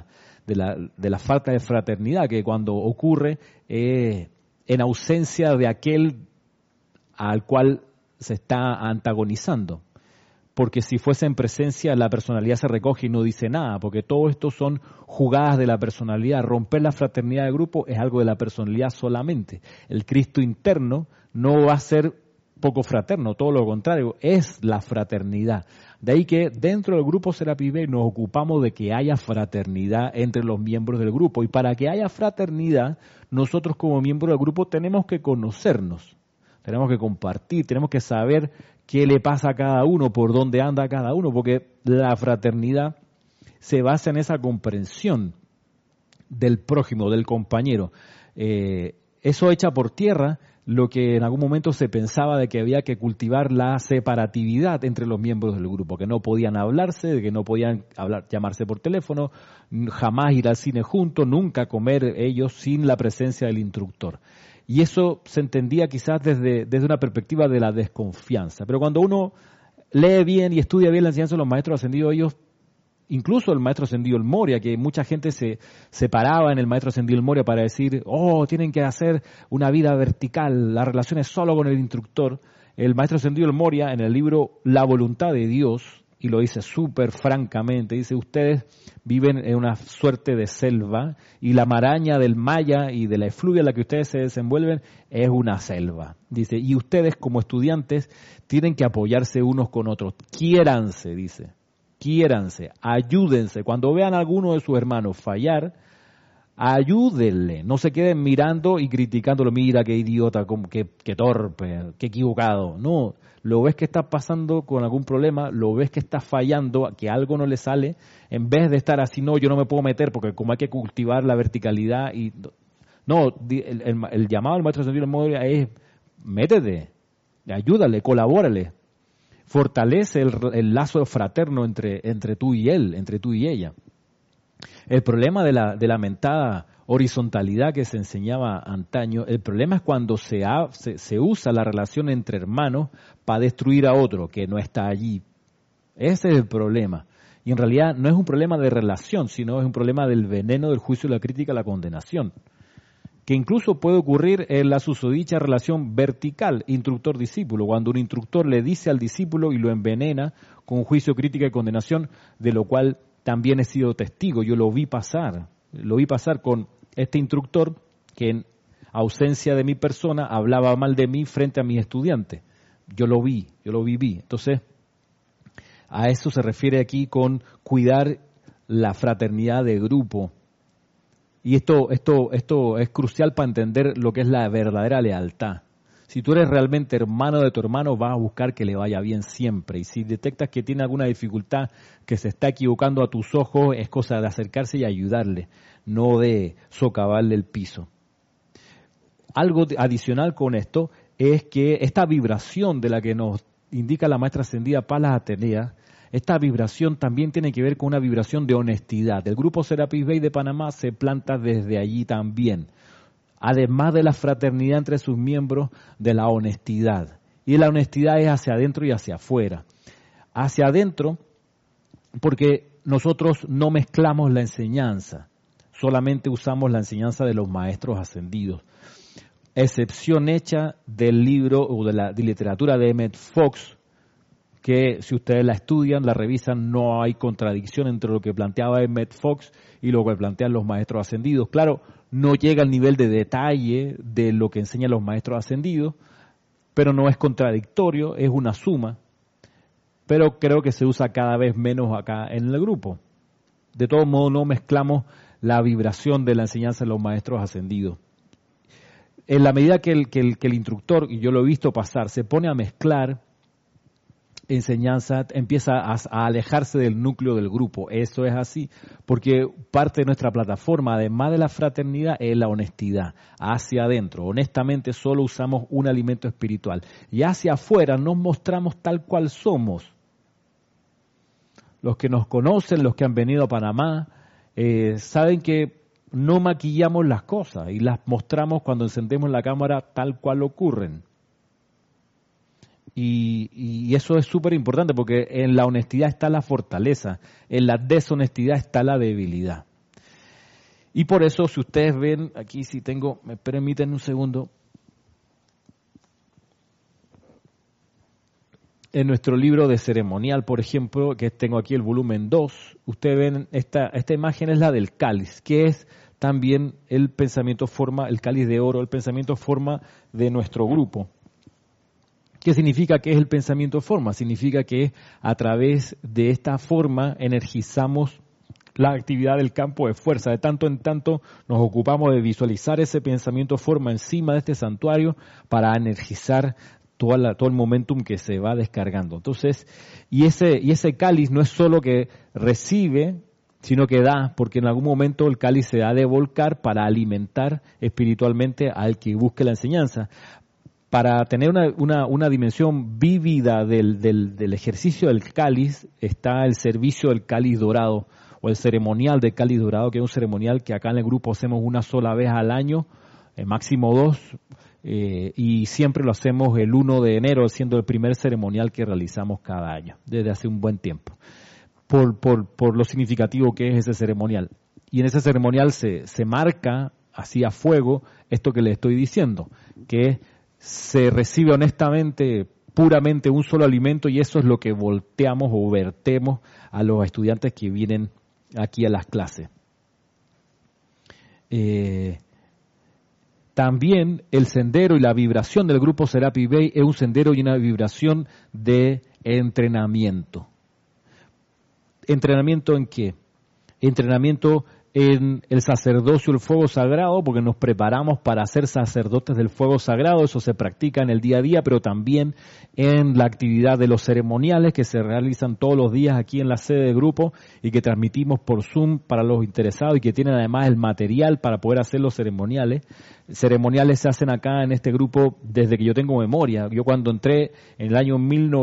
la falta de fraternidad, que cuando ocurre en ausencia de aquel al cual se está antagonizando. Porque si fuese en presencia, la personalidad se recoge y no dice nada, porque todo esto son jugadas de la personalidad. Romper la fraternidad de grupo es algo de la personalidad solamente. El Cristo interno no va a ser poco fraterno, todo lo contrario, es la fraternidad. De ahí que dentro del grupo Serapis Bay nos ocupamos de que haya fraternidad entre los miembros del grupo. Y para que haya fraternidad, nosotros como miembros del grupo tenemos que conocernos, tenemos que compartir, tenemos que saber qué le pasa a cada uno, por dónde anda cada uno, porque la fraternidad se basa en esa comprensión del prójimo, del compañero. Eso echa por tierra lo que en algún momento se pensaba de que había que cultivar la separatividad entre los miembros del grupo, que no podían hablarse, de que no podían llamarse por teléfono, jamás ir al cine juntos, nunca comer ellos sin la presencia del instructor. Y eso se entendía quizás desde una perspectiva de la desconfianza. Pero cuando uno lee bien y estudia bien la enseñanza de los maestros ascendidos, ellos, incluso el maestro ascendido El Moria, que mucha gente se separaba en el maestro ascendido El Moria para decir, tienen que hacer una vida vertical, la relación es solo con el instructor. El maestro ascendido El Moria, en el libro La Voluntad de Dios, y lo dice súper francamente, dice, ustedes viven en una suerte de selva y la maraña del maya y de la efluvia en la que ustedes se desenvuelven es una selva. Dice, y ustedes como estudiantes tienen que apoyarse unos con otros. Quiéranse, dice. Quiéranse, ayúdense. Cuando vean a alguno de sus hermanos fallar, Ayúdenle, no se queden mirando y criticándolo, mira qué idiota, qué torpe, qué equivocado. No, lo ves que está pasando con algún problema, lo ves que está fallando, que algo no le sale, en vez de estar así, no, yo no me puedo meter porque como hay que cultivar la verticalidad y... No, el llamado al maestro ascendido es métete, ayúdale, colabórale, fortalece el lazo fraterno entre tú y él, entre tú y ella. El problema de la mentada horizontalidad que se enseñaba antaño, el problema es cuando se usa la relación entre hermanos para destruir a otro que no está allí. Ese es el problema. Y en realidad no es un problema de relación, sino es un problema del veneno, del juicio, la crítica, la condenación, que incluso puede ocurrir en la susodicha relación vertical instructor-discípulo, cuando un instructor le dice al discípulo y lo envenena con juicio, crítica y condenación, de lo cual también he sido testigo. Yo lo vi pasar con este instructor que en ausencia de mi persona hablaba mal de mí frente a mis estudiantes. Yo lo viví. Entonces, a eso se refiere aquí con cuidar la fraternidad de grupo. Y esto es crucial para entender lo que es la verdadera lealtad. Si tú eres realmente hermano de tu hermano, vas a buscar que le vaya bien siempre. Y si detectas que tiene alguna dificultad, que se está equivocando a tus ojos, es cosa de acercarse y ayudarle, no de socavarle el piso. Algo adicional con esto es que esta vibración de la que nos indica la maestra ascendida Palas Atenea, esta vibración también tiene que ver con una vibración de honestidad. El grupo Serapis Bay de Panamá se planta desde allí también. Además de la fraternidad entre sus miembros, de la honestidad. Y la honestidad es hacia adentro y hacia afuera. Hacia adentro, porque nosotros no mezclamos la enseñanza, solamente usamos la enseñanza de los maestros ascendidos. Excepción hecha del libro o de la literatura de Emmett Fox, que si ustedes la estudian, la revisan, no hay contradicción entre lo que planteaba Emmett Fox y lo que plantean los maestros ascendidos. Claro, no llega al nivel de detalle de lo que enseñan los maestros ascendidos, pero no es contradictorio, es una suma. Pero creo que se usa cada vez menos acá en el grupo. De todos modos, no mezclamos la vibración de la enseñanza de los maestros ascendidos. En la medida que el instructor, y yo lo he visto pasar, se pone a mezclar enseñanza, empieza a alejarse del núcleo del grupo. Eso es así, porque parte de nuestra plataforma, además de la fraternidad, es la honestidad. Hacia adentro, honestamente, solo usamos un alimento espiritual. Y hacia afuera nos mostramos tal cual somos. Los que nos conocen, los que han venido a Panamá, saben que no maquillamos las cosas y las mostramos cuando encendemos la cámara tal cual ocurren. Y eso es súper importante porque en la honestidad está la fortaleza, en la deshonestidad está la debilidad. Y por eso, si ustedes ven, aquí si tengo, me permiten un segundo, en nuestro libro de ceremonial, por ejemplo, que tengo aquí el volumen 2, ustedes ven esta imagen es la del cáliz, que es también el pensamiento forma, el cáliz de oro, el pensamiento forma de nuestro grupo. ¿Qué significa que es el pensamiento forma? Significa que a través de esta forma energizamos la actividad del campo de fuerza. De tanto en tanto nos ocupamos de visualizar ese pensamiento forma encima de este santuario para energizar todo el momentum que se va descargando. Entonces, y ese cáliz no es solo que recibe, sino que da, porque en algún momento el cáliz se ha de volcar para alimentar espiritualmente al que busque la enseñanza. Para tener una dimensión vívida del ejercicio del cáliz está el servicio del cáliz dorado o el ceremonial del cáliz dorado, que es un ceremonial que acá en el grupo hacemos una sola vez al año, máximo 2, y siempre lo hacemos el 1 de enero, siendo el primer ceremonial que realizamos cada año, desde hace un buen tiempo, por lo significativo que es ese ceremonial. Y en ese ceremonial se marca así a fuego esto que le estoy diciendo, que se recibe honestamente, puramente un solo alimento y eso es lo que volteamos o vertemos a los estudiantes que vienen aquí a las clases. También el sendero y la vibración del grupo Serapis Bay es un sendero y una vibración de entrenamiento. ¿Entrenamiento en qué? Entrenamiento en el sacerdocio del fuego sagrado, porque nos preparamos para ser sacerdotes del fuego sagrado. Eso se practica en el día a día, pero también en la actividad de los ceremoniales que se realizan todos los días aquí en la sede de grupo y que transmitimos por Zoom para los interesados y que tienen además el material para poder hacer los ceremoniales. Ceremoniales se hacen acá en este grupo desde que yo tengo memoria. Yo cuando entré en el año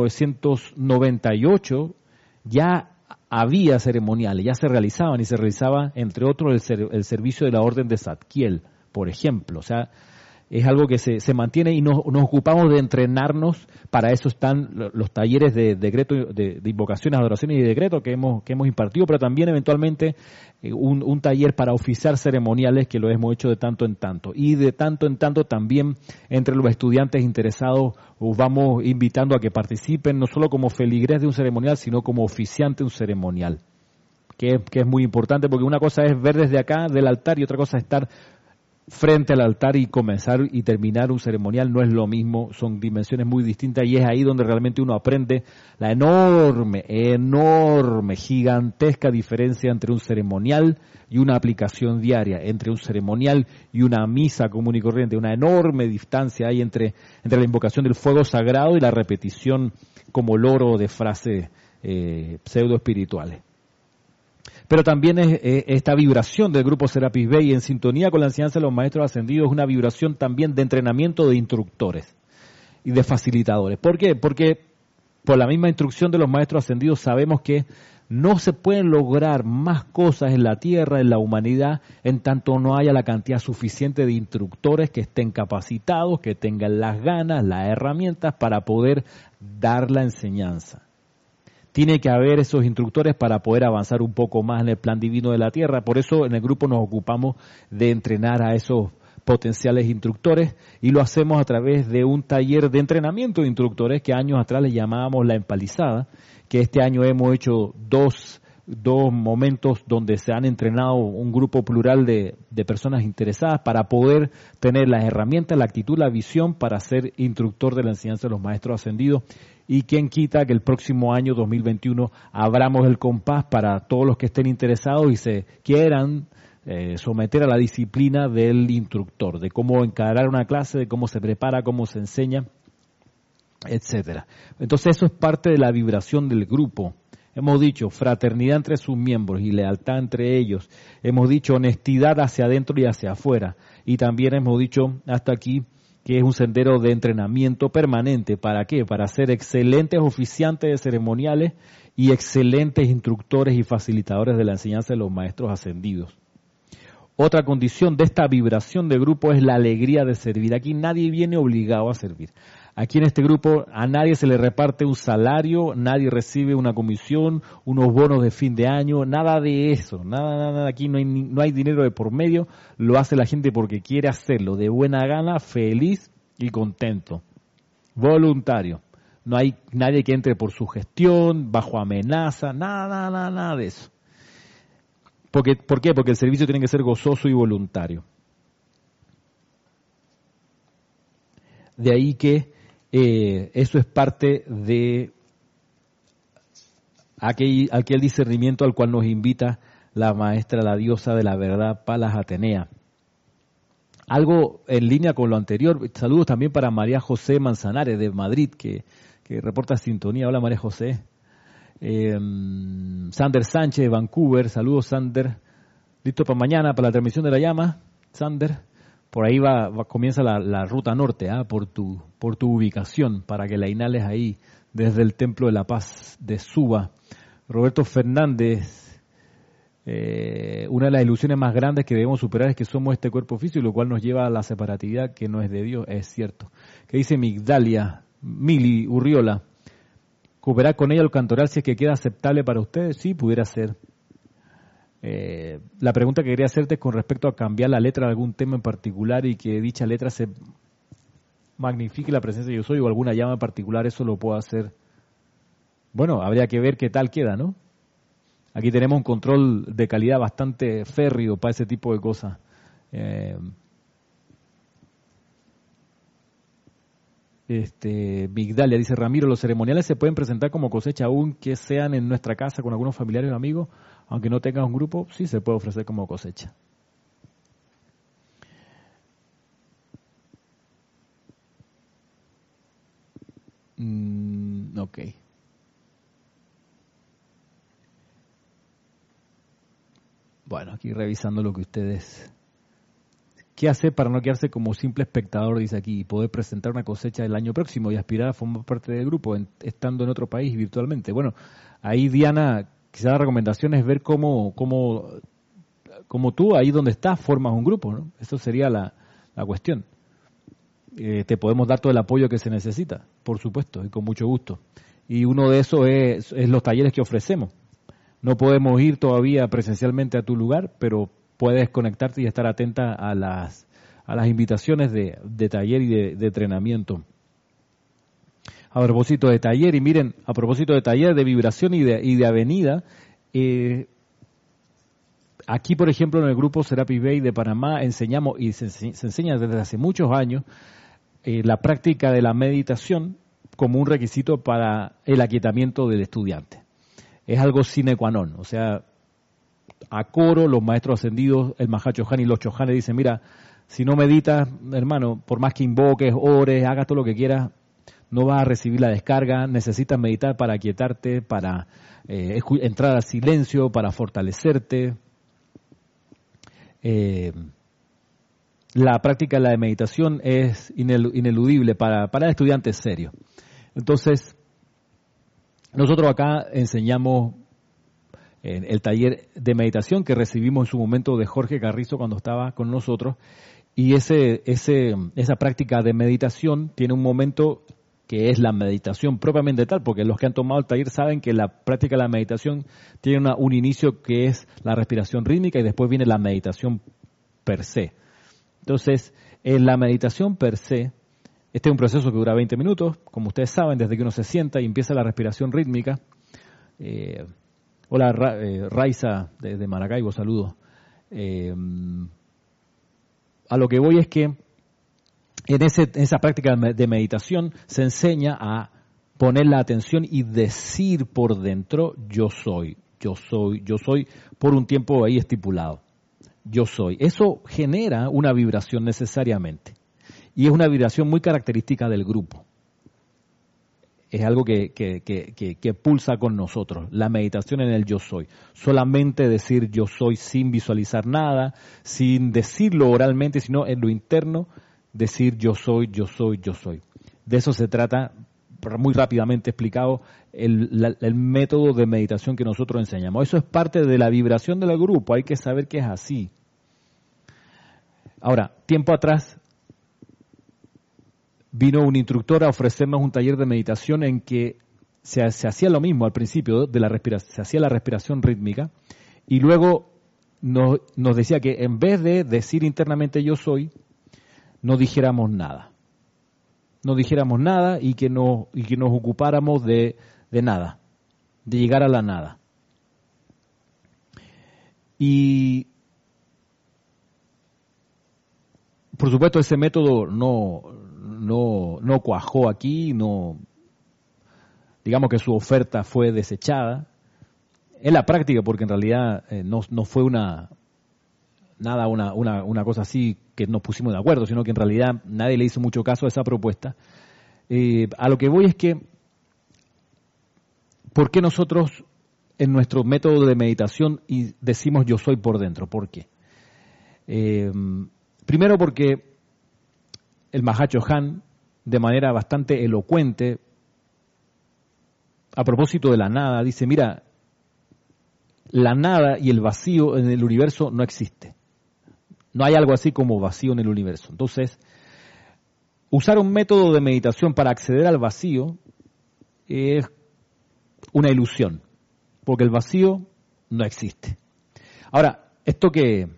1998 ya había ceremoniales, ya se realizaban y se realizaba, entre otros, el servicio de la Orden de Zadkiel, por ejemplo. O sea, es algo que se mantiene y nos ocupamos de entrenarnos. Para eso están los talleres de decreto, de invocaciones, adoraciones y decreto que hemos impartido, pero también eventualmente un taller para oficiar ceremoniales que lo hemos hecho de tanto en tanto. Y de tanto en tanto también entre los estudiantes interesados os vamos invitando a que participen no solo como feligres de un ceremonial, sino como oficiante de un ceremonial. Que es muy importante, porque una cosa es ver desde acá del altar y otra cosa es estar frente al altar y comenzar y terminar un ceremonial. No es lo mismo, son dimensiones muy distintas y es ahí donde realmente uno aprende la enorme, gigantesca diferencia entre un ceremonial y una aplicación diaria, entre un ceremonial y una misa común y corriente. Una enorme distancia hay entre la invocación del fuego sagrado y la repetición como loro de frases pseudo espirituales. Pero también es esta vibración del grupo Serapis Bay en sintonía con la enseñanza de los maestros ascendidos, es una vibración también de entrenamiento de instructores y de facilitadores. ¿Por qué? Porque por la misma instrucción de los maestros ascendidos sabemos que no se pueden lograr más cosas en la tierra, en la humanidad, en tanto no haya la cantidad suficiente de instructores que estén capacitados, que tengan las ganas, las herramientas para poder dar la enseñanza. Tiene que haber esos instructores para poder avanzar un poco más en el plan divino de la tierra. Por eso en el grupo nos ocupamos de entrenar a esos potenciales instructores y lo hacemos a través de un taller de entrenamiento de instructores que años atrás le llamábamos la empalizada, que este año hemos hecho dos momentos donde se han entrenado un grupo plural de personas interesadas para poder tener las herramientas, la actitud, la visión para ser instructor de la enseñanza de los maestros ascendidos. Y quién quita que el próximo año 2021 abramos el compás para todos los que estén interesados y se quieran someter a la disciplina del instructor, de cómo encarar una clase, de cómo se prepara, cómo se enseña, etcétera. Entonces eso es parte de la vibración del grupo. Hemos dicho fraternidad entre sus miembros y lealtad entre ellos. Hemos dicho honestidad hacia adentro y hacia afuera. Y también hemos dicho hasta aquí que es un sendero de entrenamiento permanente. ¿Para qué? Para ser excelentes oficiantes de ceremoniales y excelentes instructores y facilitadores de la enseñanza de los maestros ascendidos. Otra condición de esta vibración de grupo es la alegría de servir. Aquí nadie viene obligado a servir. Aquí en este grupo a nadie se le reparte un salario, nadie recibe una comisión, unos bonos de fin de año, nada de eso, nada, aquí no hay dinero de por medio, lo hace la gente porque quiere hacerlo, de buena gana, feliz y contento, voluntario. No hay nadie que entre por su gestión, bajo amenaza, nada de eso. ¿Por qué? Porque el servicio tiene que ser gozoso y voluntario. De ahí que eso es parte de aquel discernimiento al cual nos invita la maestra, la diosa de la verdad, Palas Atenea. Algo en línea con lo anterior, saludos también para María José Manzanares de Madrid, que reporta sintonía. Hola María José. Sander Sánchez de Vancouver, saludos Sander. Listo para mañana, para la transmisión de la llama, Sander. Por ahí comienza la ruta norte, por tu ubicación, para que la inhales ahí desde el Templo de la Paz de Suba. Roberto Fernández, una de las ilusiones más grandes que debemos superar es que somos este cuerpo físico, lo cual nos lleva a la separatividad que no es de Dios, es cierto. ¿Qué dice Migdalia, Mili Urriola? ¿Cooperar con ella el cantoral si es que queda aceptable para ustedes? Sí, pudiera ser. La pregunta que quería hacerte es con respecto a cambiar la letra de algún tema en particular y que dicha letra se magnifique la presencia de yo soy o alguna llama en particular, eso lo puedo hacer. Bueno, habría que ver qué tal queda, ¿no? Aquí tenemos un control de calidad bastante férreo para ese tipo de cosas. Migdalia dice, Ramiro, ¿los ceremoniales se pueden presentar como cosecha aún que sean en nuestra casa con algunos familiares o amigos? aunque no tengas un grupo, sí se puede ofrecer como cosecha. Ok. Bueno, aquí revisando lo que ustedes... ¿Qué hacer para no quedarse como simple espectador, dice aquí, y poder presentar una cosecha del año próximo y aspirar a formar parte del grupo estando en otro país virtualmente? Bueno, ahí Diana, quizás la recomendación es ver cómo tú, ahí donde estás, formas un grupo, ¿no? Eso sería la cuestión. Te podemos dar todo el apoyo que se necesita, por supuesto, y con mucho gusto. Y uno de esos es los talleres que ofrecemos. No podemos ir todavía presencialmente a tu lugar, pero puedes conectarte y estar atenta a las invitaciones de taller y de entrenamiento. A propósito de taller, y miren, a propósito de taller, de vibración y de avenida, aquí, por ejemplo, en el grupo Serapis Bay de Panamá enseñamos, y se enseña desde hace muchos años, la práctica de la meditación como un requisito para el aquietamiento del estudiante. Es algo sine qua non, o sea, a coro los maestros ascendidos, el Mahacho Han y los Chohanes dicen, mira, si no meditas, hermano, por más que invoques, ores, hagas todo lo que quieras, no vas a recibir la descarga, necesitas meditar para aquietarte, para entrar al silencio, para fortalecerte. La práctica de la meditación es ineludible para el estudiante serio. Entonces, nosotros acá enseñamos en el taller de meditación que recibimos en su momento de Jorge Carrizo cuando estaba con nosotros, y esa práctica de meditación tiene un momento que es la meditación propiamente tal, porque los que han tomado el taller saben que la práctica de la meditación tiene un inicio que es la respiración rítmica y después viene la meditación per se. Entonces, en la meditación per se, este es un proceso que dura 20 minutos, como ustedes saben, desde que uno se sienta y empieza la respiración rítmica. Hola, Raiza de Maracaibo, saludos. A lo que voy es que en esa práctica de meditación se enseña a poner la atención y decir por dentro yo soy por un tiempo ahí estipulado. Yo soy. Eso genera una vibración necesariamente. Y es una vibración muy característica del grupo. Es algo que pulsa con nosotros, la meditación en el yo soy. Solamente decir yo soy sin visualizar nada, sin decirlo oralmente, sino en lo interno, decir yo soy, yo soy, yo soy. De eso se trata, muy rápidamente explicado, el método de meditación que nosotros enseñamos. Eso es parte de la vibración del grupo, hay que saber que es así. Ahora, tiempo atrás vino un instructor a ofrecernos un taller de meditación en que se hacía lo mismo al principio de la respiración, se hacía la respiración rítmica y luego nos decía que en vez de decir internamente yo soy, no dijéramos nada. No dijéramos nada y que nos ocupáramos de nada, de llegar a la nada. Y por supuesto ese método no cuajó aquí, digamos que su oferta fue desechada en la práctica, porque en realidad no fue una cosa así que nos pusimos de acuerdo, sino que en realidad nadie le hizo mucho caso a esa propuesta. A lo que voy es que, ¿por qué nosotros en nuestro método de meditación decimos yo soy por dentro? ¿Por qué? Primero porque el Mahacho Han, de manera bastante elocuente, a propósito de la nada, dice, mira, la nada y el vacío en el universo no existe. No hay algo así como vacío en el universo. Entonces, usar un método de meditación para acceder al vacío es una ilusión, porque el vacío no existe. Ahora, esto que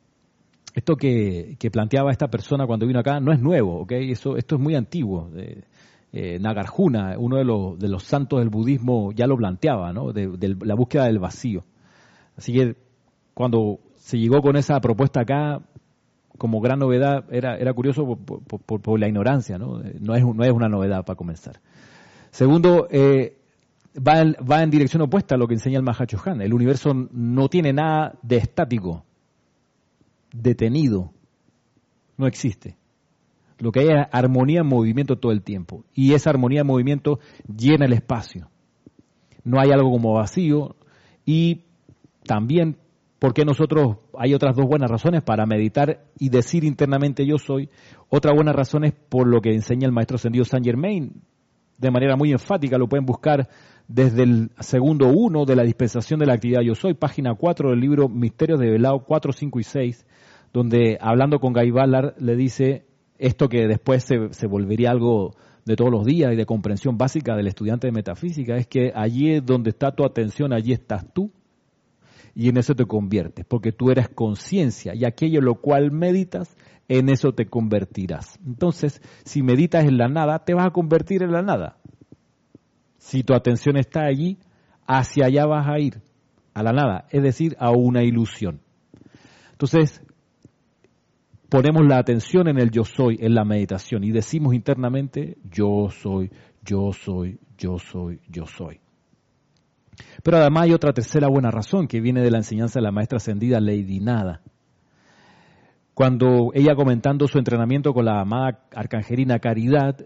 planteaba esta persona cuando vino acá no es nuevo, ¿ok? Esto es muy antiguo. Nagarjuna, uno de los santos del budismo, ya lo planteaba, ¿no? De la búsqueda del vacío. Así que cuando se llegó con esa propuesta acá, como gran novedad, era curioso por la ignorancia, ¿no? No es una novedad para comenzar. Segundo, va en dirección opuesta a lo que enseña el Mahachohan. El universo no tiene nada de estático, detenido, no existe. Lo que hay es armonía en movimiento todo el tiempo. Y esa armonía en movimiento llena el espacio. No hay algo como vacío. Y también, porque nosotros, hay otras dos buenas razones para meditar y decir internamente yo soy. Otra buena razón es por lo que enseña el maestro ascendido Saint Germain. De manera muy enfática, lo pueden buscar desde el segundo 1 de la dispensación de la actividad yo soy, página 4 del libro Misterios de Velado 4, 5 y 6, donde hablando con Guy Ballard le dice esto que después se volvería algo de todos los días y de comprensión básica del estudiante de metafísica, es que allí es donde está tu atención, allí estás tú, y en eso te conviertes, porque tú eres conciencia, y aquello en lo cual meditas, en eso te convertirás. Entonces, si meditas en la nada, te vas a convertir en la nada. Si tu atención está allí, hacia allá vas a ir, a la nada, es decir, a una ilusión. Entonces, ponemos la atención en el yo soy, en la meditación, y decimos internamente, yo soy, yo soy, yo soy, yo soy. Pero además hay otra tercera buena razón que viene de la enseñanza de la maestra ascendida Lady Nada. Cuando ella comentando su entrenamiento con la amada arcangelina Caridad,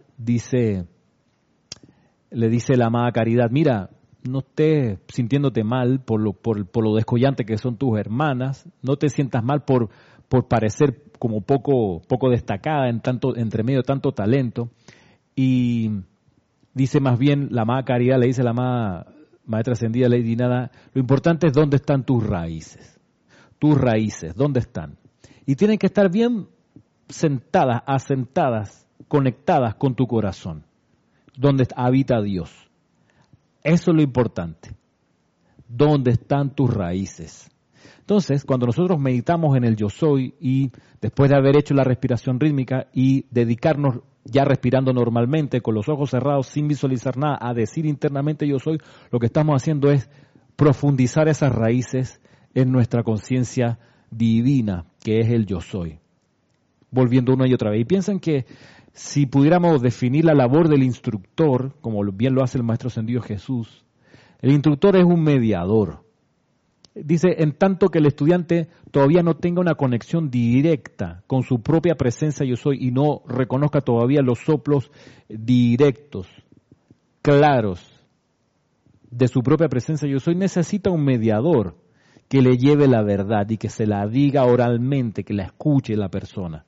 le dice la amada Caridad, mira, no estés sintiéndote mal por lo descollante que son tus hermanas, no te sientas mal por parecer como poco destacada entre medio de tanto talento. Y dice más bien la amada Caridad, le dice la amada maestra ascendida Lady Nada, lo importante es dónde están tus raíces. Tus raíces, ¿dónde están? Y tienen que estar bien sentadas, asentadas, conectadas con tu corazón, donde habita Dios. Eso es lo importante. ¿Dónde están tus raíces? Entonces, cuando nosotros meditamos en el yo soy y después de haber hecho la respiración rítmica y dedicarnos ya respirando normalmente, con los ojos cerrados, sin visualizar nada, a decir internamente yo soy, lo que estamos haciendo es profundizar esas raíces en nuestra conciencia divina, que es el yo soy. Volviendo una y otra vez. Y piensan que si pudiéramos definir la labor del instructor, como bien lo hace el Maestro Ascendido Jesús, el instructor es un mediador. Dice, en tanto que el estudiante todavía no tenga una conexión directa con su propia presencia yo soy y no reconozca todavía los soplos directos, claros, de su propia presencia yo soy, necesita un mediador que le lleve la verdad y que se la diga oralmente, que la escuche la persona.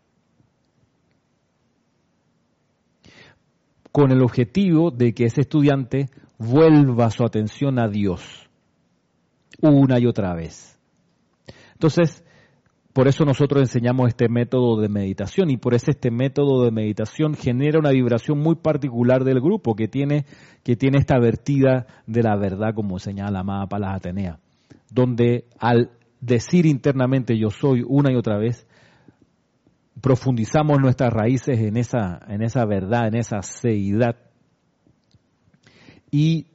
Con el objetivo de que ese estudiante vuelva su atención a Dios una y otra vez. Entonces, por eso nosotros enseñamos este método de meditación y por eso este método de meditación genera una vibración muy particular del grupo que tiene esta vertida de la verdad, como señala la amada Palas Atenea, donde al decir internamente yo soy una y otra vez, profundizamos nuestras raíces en esa verdad, en esa seidad y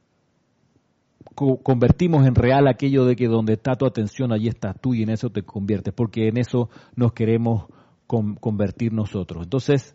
convertimos en real aquello de que donde está tu atención, allí estás tú y en eso te conviertes, porque en eso nos queremos convertir nosotros. Entonces,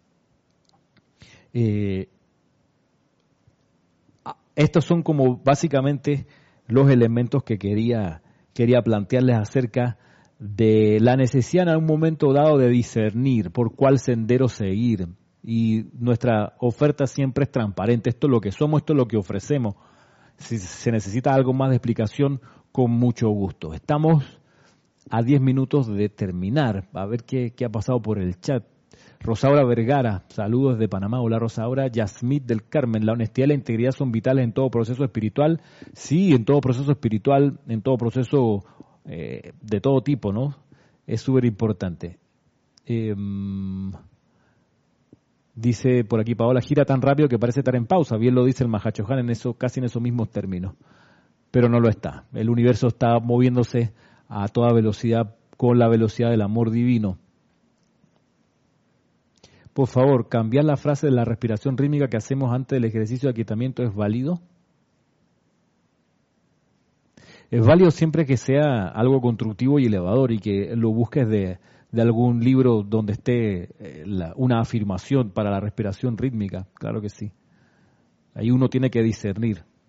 estos son como básicamente los elementos que quería plantearles acerca de la necesidad en algún momento dado de discernir por cuál sendero seguir. Y nuestra oferta siempre es transparente. Esto es lo que somos, esto es lo que ofrecemos. Si se necesita algo más de explicación, con mucho gusto. Estamos a 10 minutos de terminar. A ver qué ha pasado por el chat. Rosaura Vergara, saludos de Panamá. Hola Rosaura. Yasmit del Carmen, la honestidad y la integridad son vitales en todo proceso espiritual. Sí, en todo proceso espiritual, en todo proceso de todo tipo, ¿no? Es súper importante. Dice por aquí Paola, gira tan rápido que parece estar en pausa. Bien lo dice el Mahachohan casi en esos mismos términos. Pero no lo está. El universo está moviéndose a toda velocidad con la velocidad del amor divino. Por favor, cambiar la frase de la respiración rítmica que hacemos antes del ejercicio de aquietamiento, ¿es válido? Es válido siempre que sea algo constructivo y elevador y que lo busques de algún libro donde esté una afirmación para la respiración rítmica, claro que sí. Ahí uno tiene que discernir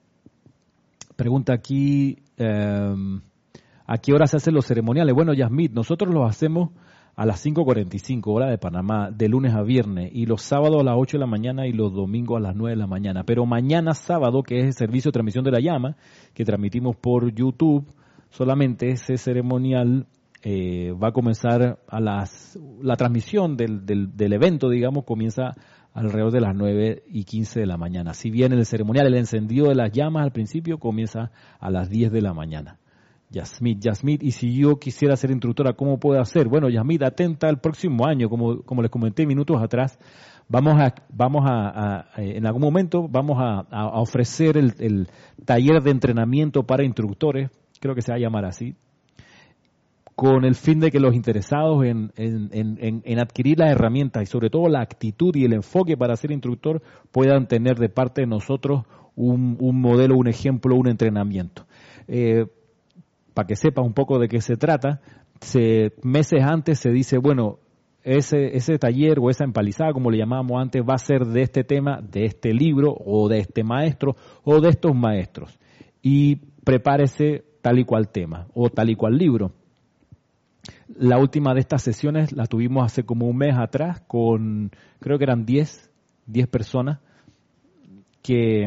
Pregunta aquí, ¿a qué hora se hacen los ceremoniales? Bueno, Yasmit, nosotros los hacemos a las 5:45 hora de Panamá, de lunes a viernes, y los sábados a las 8 de la mañana y los domingos a las 9 de la mañana. Pero mañana sábado, que es el servicio de transmisión de la llama, que transmitimos por YouTube, solamente ese ceremonial va a comenzar la transmisión del evento, digamos, comienza alrededor de las 9:15 de la mañana. Si bien el ceremonial, el encendido de las llamas al principio comienza a las 10 de la mañana. Yasmit, y si yo quisiera ser instructora, ¿cómo puedo hacer? Bueno, Yasmit, atenta al próximo año, como les comenté minutos atrás, en algún momento vamos a ofrecer el taller de entrenamiento para instructores, creo que se va a llamar así, con el fin de que los interesados en adquirir las herramientas y sobre todo la actitud y el enfoque para ser instructor puedan tener de parte de nosotros un modelo, un ejemplo, un entrenamiento. Para que sepa un poco de qué se trata, meses antes se dice, bueno, ese taller o esa empalizada, como le llamábamos antes, va a ser de este tema, de este libro o de este maestro o de estos maestros. Y prepárese tal y cual tema o tal y cual libro. La última de estas sesiones la tuvimos hace como un mes atrás creo que eran 10 personas que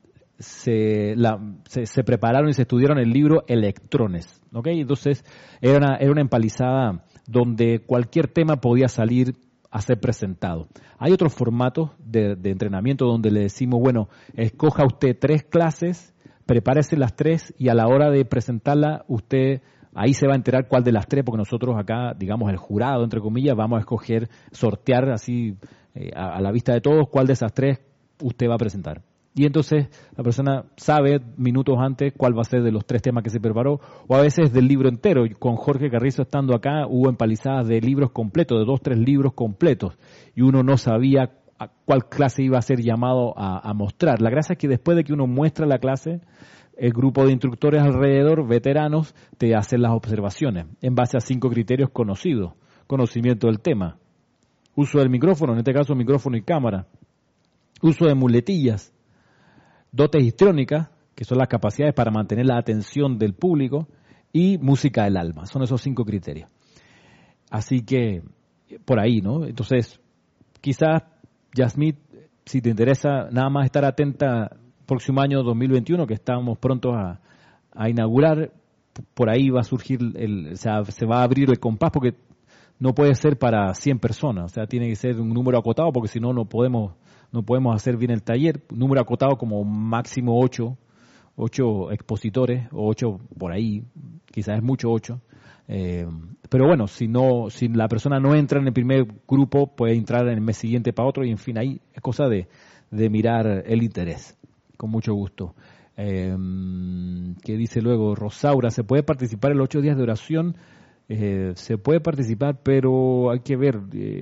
se prepararon y se estudiaron el libro Electrones, ¿ok? Entonces era una empalizada donde cualquier tema podía salir a ser presentado. Hay otros formatos de entrenamiento donde le decimos, bueno, escoja usted 3 clases, prepárese las 3 y a la hora de presentarla usted ahí se va a enterar cuál de las 3, porque nosotros acá, digamos, el jurado, entre comillas, vamos a escoger, sortear así a la vista de todos cuál de esas 3 usted va a presentar. Y entonces la persona sabe minutos antes cuál va a ser de los 3 temas que se preparó, o a veces del libro entero. Con Jorge Carrizo estando acá hubo empalizadas de libros completos, de 2, 3 libros completos, y uno no sabía a cuál clase iba a ser llamado a mostrar. La gracia es que después de que uno muestra la clase, el grupo de instructores alrededor, veteranos, te hacen las observaciones en base a 5 criterios conocidos. Conocimiento del tema, uso del micrófono, en este caso micrófono y cámara, uso de muletillas, dotes histriónicas, que son las capacidades para mantener la atención del público, y música del alma. Son esos 5 criterios. Así que, por ahí, ¿no? Entonces, quizás, Yasmit, si te interesa nada más estar atenta próximo año 2021, que estamos prontos a inaugurar, por ahí va a surgir, se va a abrir el compás, porque no puede ser para 100 personas, o sea, tiene que ser un número acotado, porque si no, no podemos hacer bien el taller. Número acotado como máximo 8 expositores, o 8 por ahí, quizás es mucho 8. Pero bueno, si la persona no entra en el primer grupo, puede entrar en el mes siguiente para otro, y en fin, ahí es cosa de mirar el interés. Con mucho gusto. ¿Qué dice luego? Rosaura, ¿se puede participar en los 8 días de oración? Se puede participar, pero hay que ver.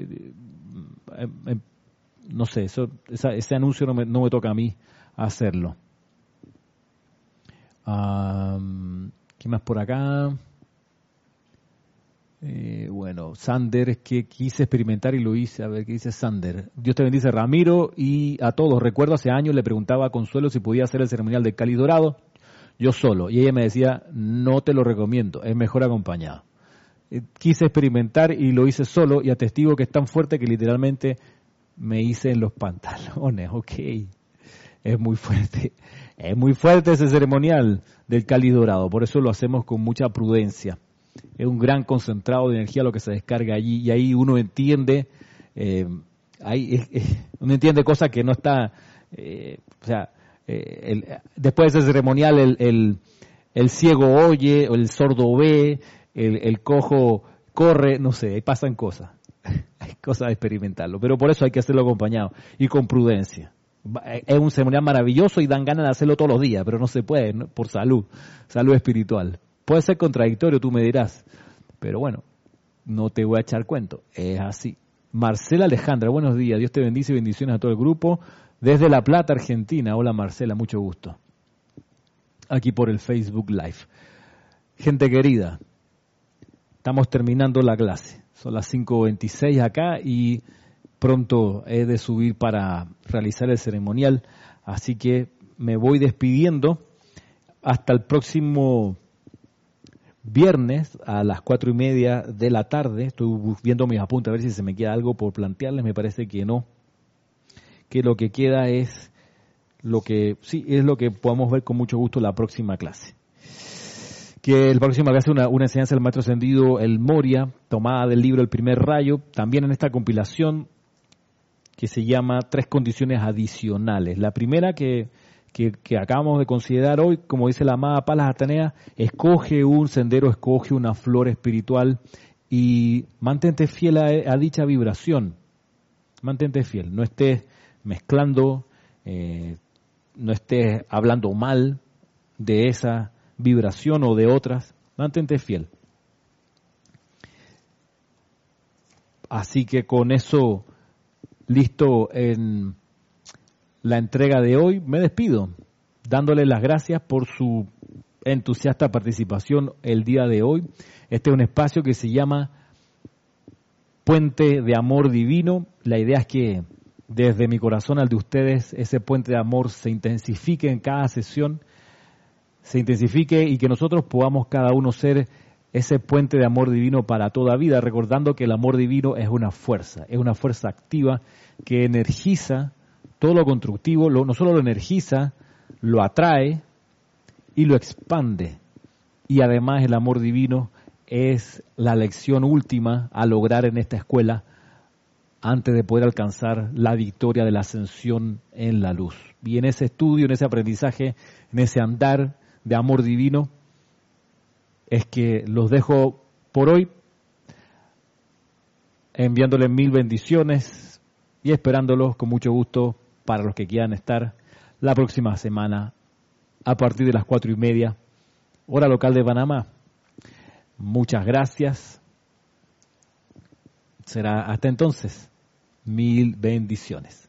No sé, ese anuncio no me toca a mí hacerlo. ¿Qué más por acá? Bueno, Sander, es que quise experimentar y lo hice. A ver, ¿qué dice Sander? Dios te bendice, Ramiro, y a todos. Recuerdo hace años le preguntaba a Consuelo si podía hacer el ceremonial del cáliz dorado, yo solo, y ella me decía, no te lo recomiendo, es mejor acompañado. Quise experimentar y lo hice solo, y atestigo que es tan fuerte que literalmente me hice en los pantalones. Ok, es muy fuerte ese ceremonial del cáliz dorado, por eso lo hacemos con mucha prudencia. Es un gran concentrado de energía lo que se descarga allí, y ahí uno entiende, uno entiende cosas que no está, después de ese ceremonial el ciego oye, o el sordo ve, el cojo corre, no sé, pasan cosas, hay cosas de experimentarlo, pero por eso hay que hacerlo acompañado y con prudencia. Es un ceremonial maravilloso y dan ganas de hacerlo todos los días, pero no se puede, ¿no? Por salud espiritual. Puede ser contradictorio, tú me dirás, pero bueno, no te voy a echar cuento, es así. Marcela Alejandra, buenos días, Dios te bendice y bendiciones a todo el grupo, desde La Plata, Argentina. Hola Marcela, mucho gusto. Aquí por el Facebook Live. Gente querida, estamos terminando la clase, son las 5:26 acá y pronto he de subir para realizar el ceremonial, así que me voy despidiendo. hasta el próximo viernes a las 4:30 de la tarde. Estoy viendo mis apuntes a ver si se me queda algo por plantearles. Me parece que no. Que lo que queda es lo que podamos ver con mucho gusto la próxima clase. Que la próxima clase es una enseñanza del Maestro Ascendido El Moria, tomada del libro El Primer Rayo, también en esta compilación que se llama Tres Condiciones Adicionales. La primera que acabamos de considerar hoy, como dice la amada Palas Atenea, escoge un sendero, escoge una flor espiritual y mantente fiel a dicha vibración. Mantente fiel, no estés mezclando, no estés hablando mal de esa vibración o de otras, mantente fiel. Así que con eso listo en la entrega de hoy, me despido, dándole las gracias por su entusiasta participación el día de hoy. Este es un espacio que se llama Puente de Amor Divino. La idea es que desde mi corazón al de ustedes, ese puente de amor se intensifique en cada sesión, se intensifique y que nosotros podamos cada uno ser ese puente de amor divino para toda vida, recordando que el amor divino es una fuerza activa que energiza todo lo constructivo, no solo lo energiza, lo atrae y lo expande. Y además el amor divino es la lección última a lograr en esta escuela antes de poder alcanzar la victoria de la ascensión en la luz. Y en ese estudio, en ese aprendizaje, en ese andar de amor divino, es que los dejo por hoy, enviándoles 1000 bendiciones y esperándolos con mucho gusto para los que quieran estar la próxima semana a partir de las 4:30, hora local de Panamá. Muchas gracias. Será hasta entonces. 1000 bendiciones.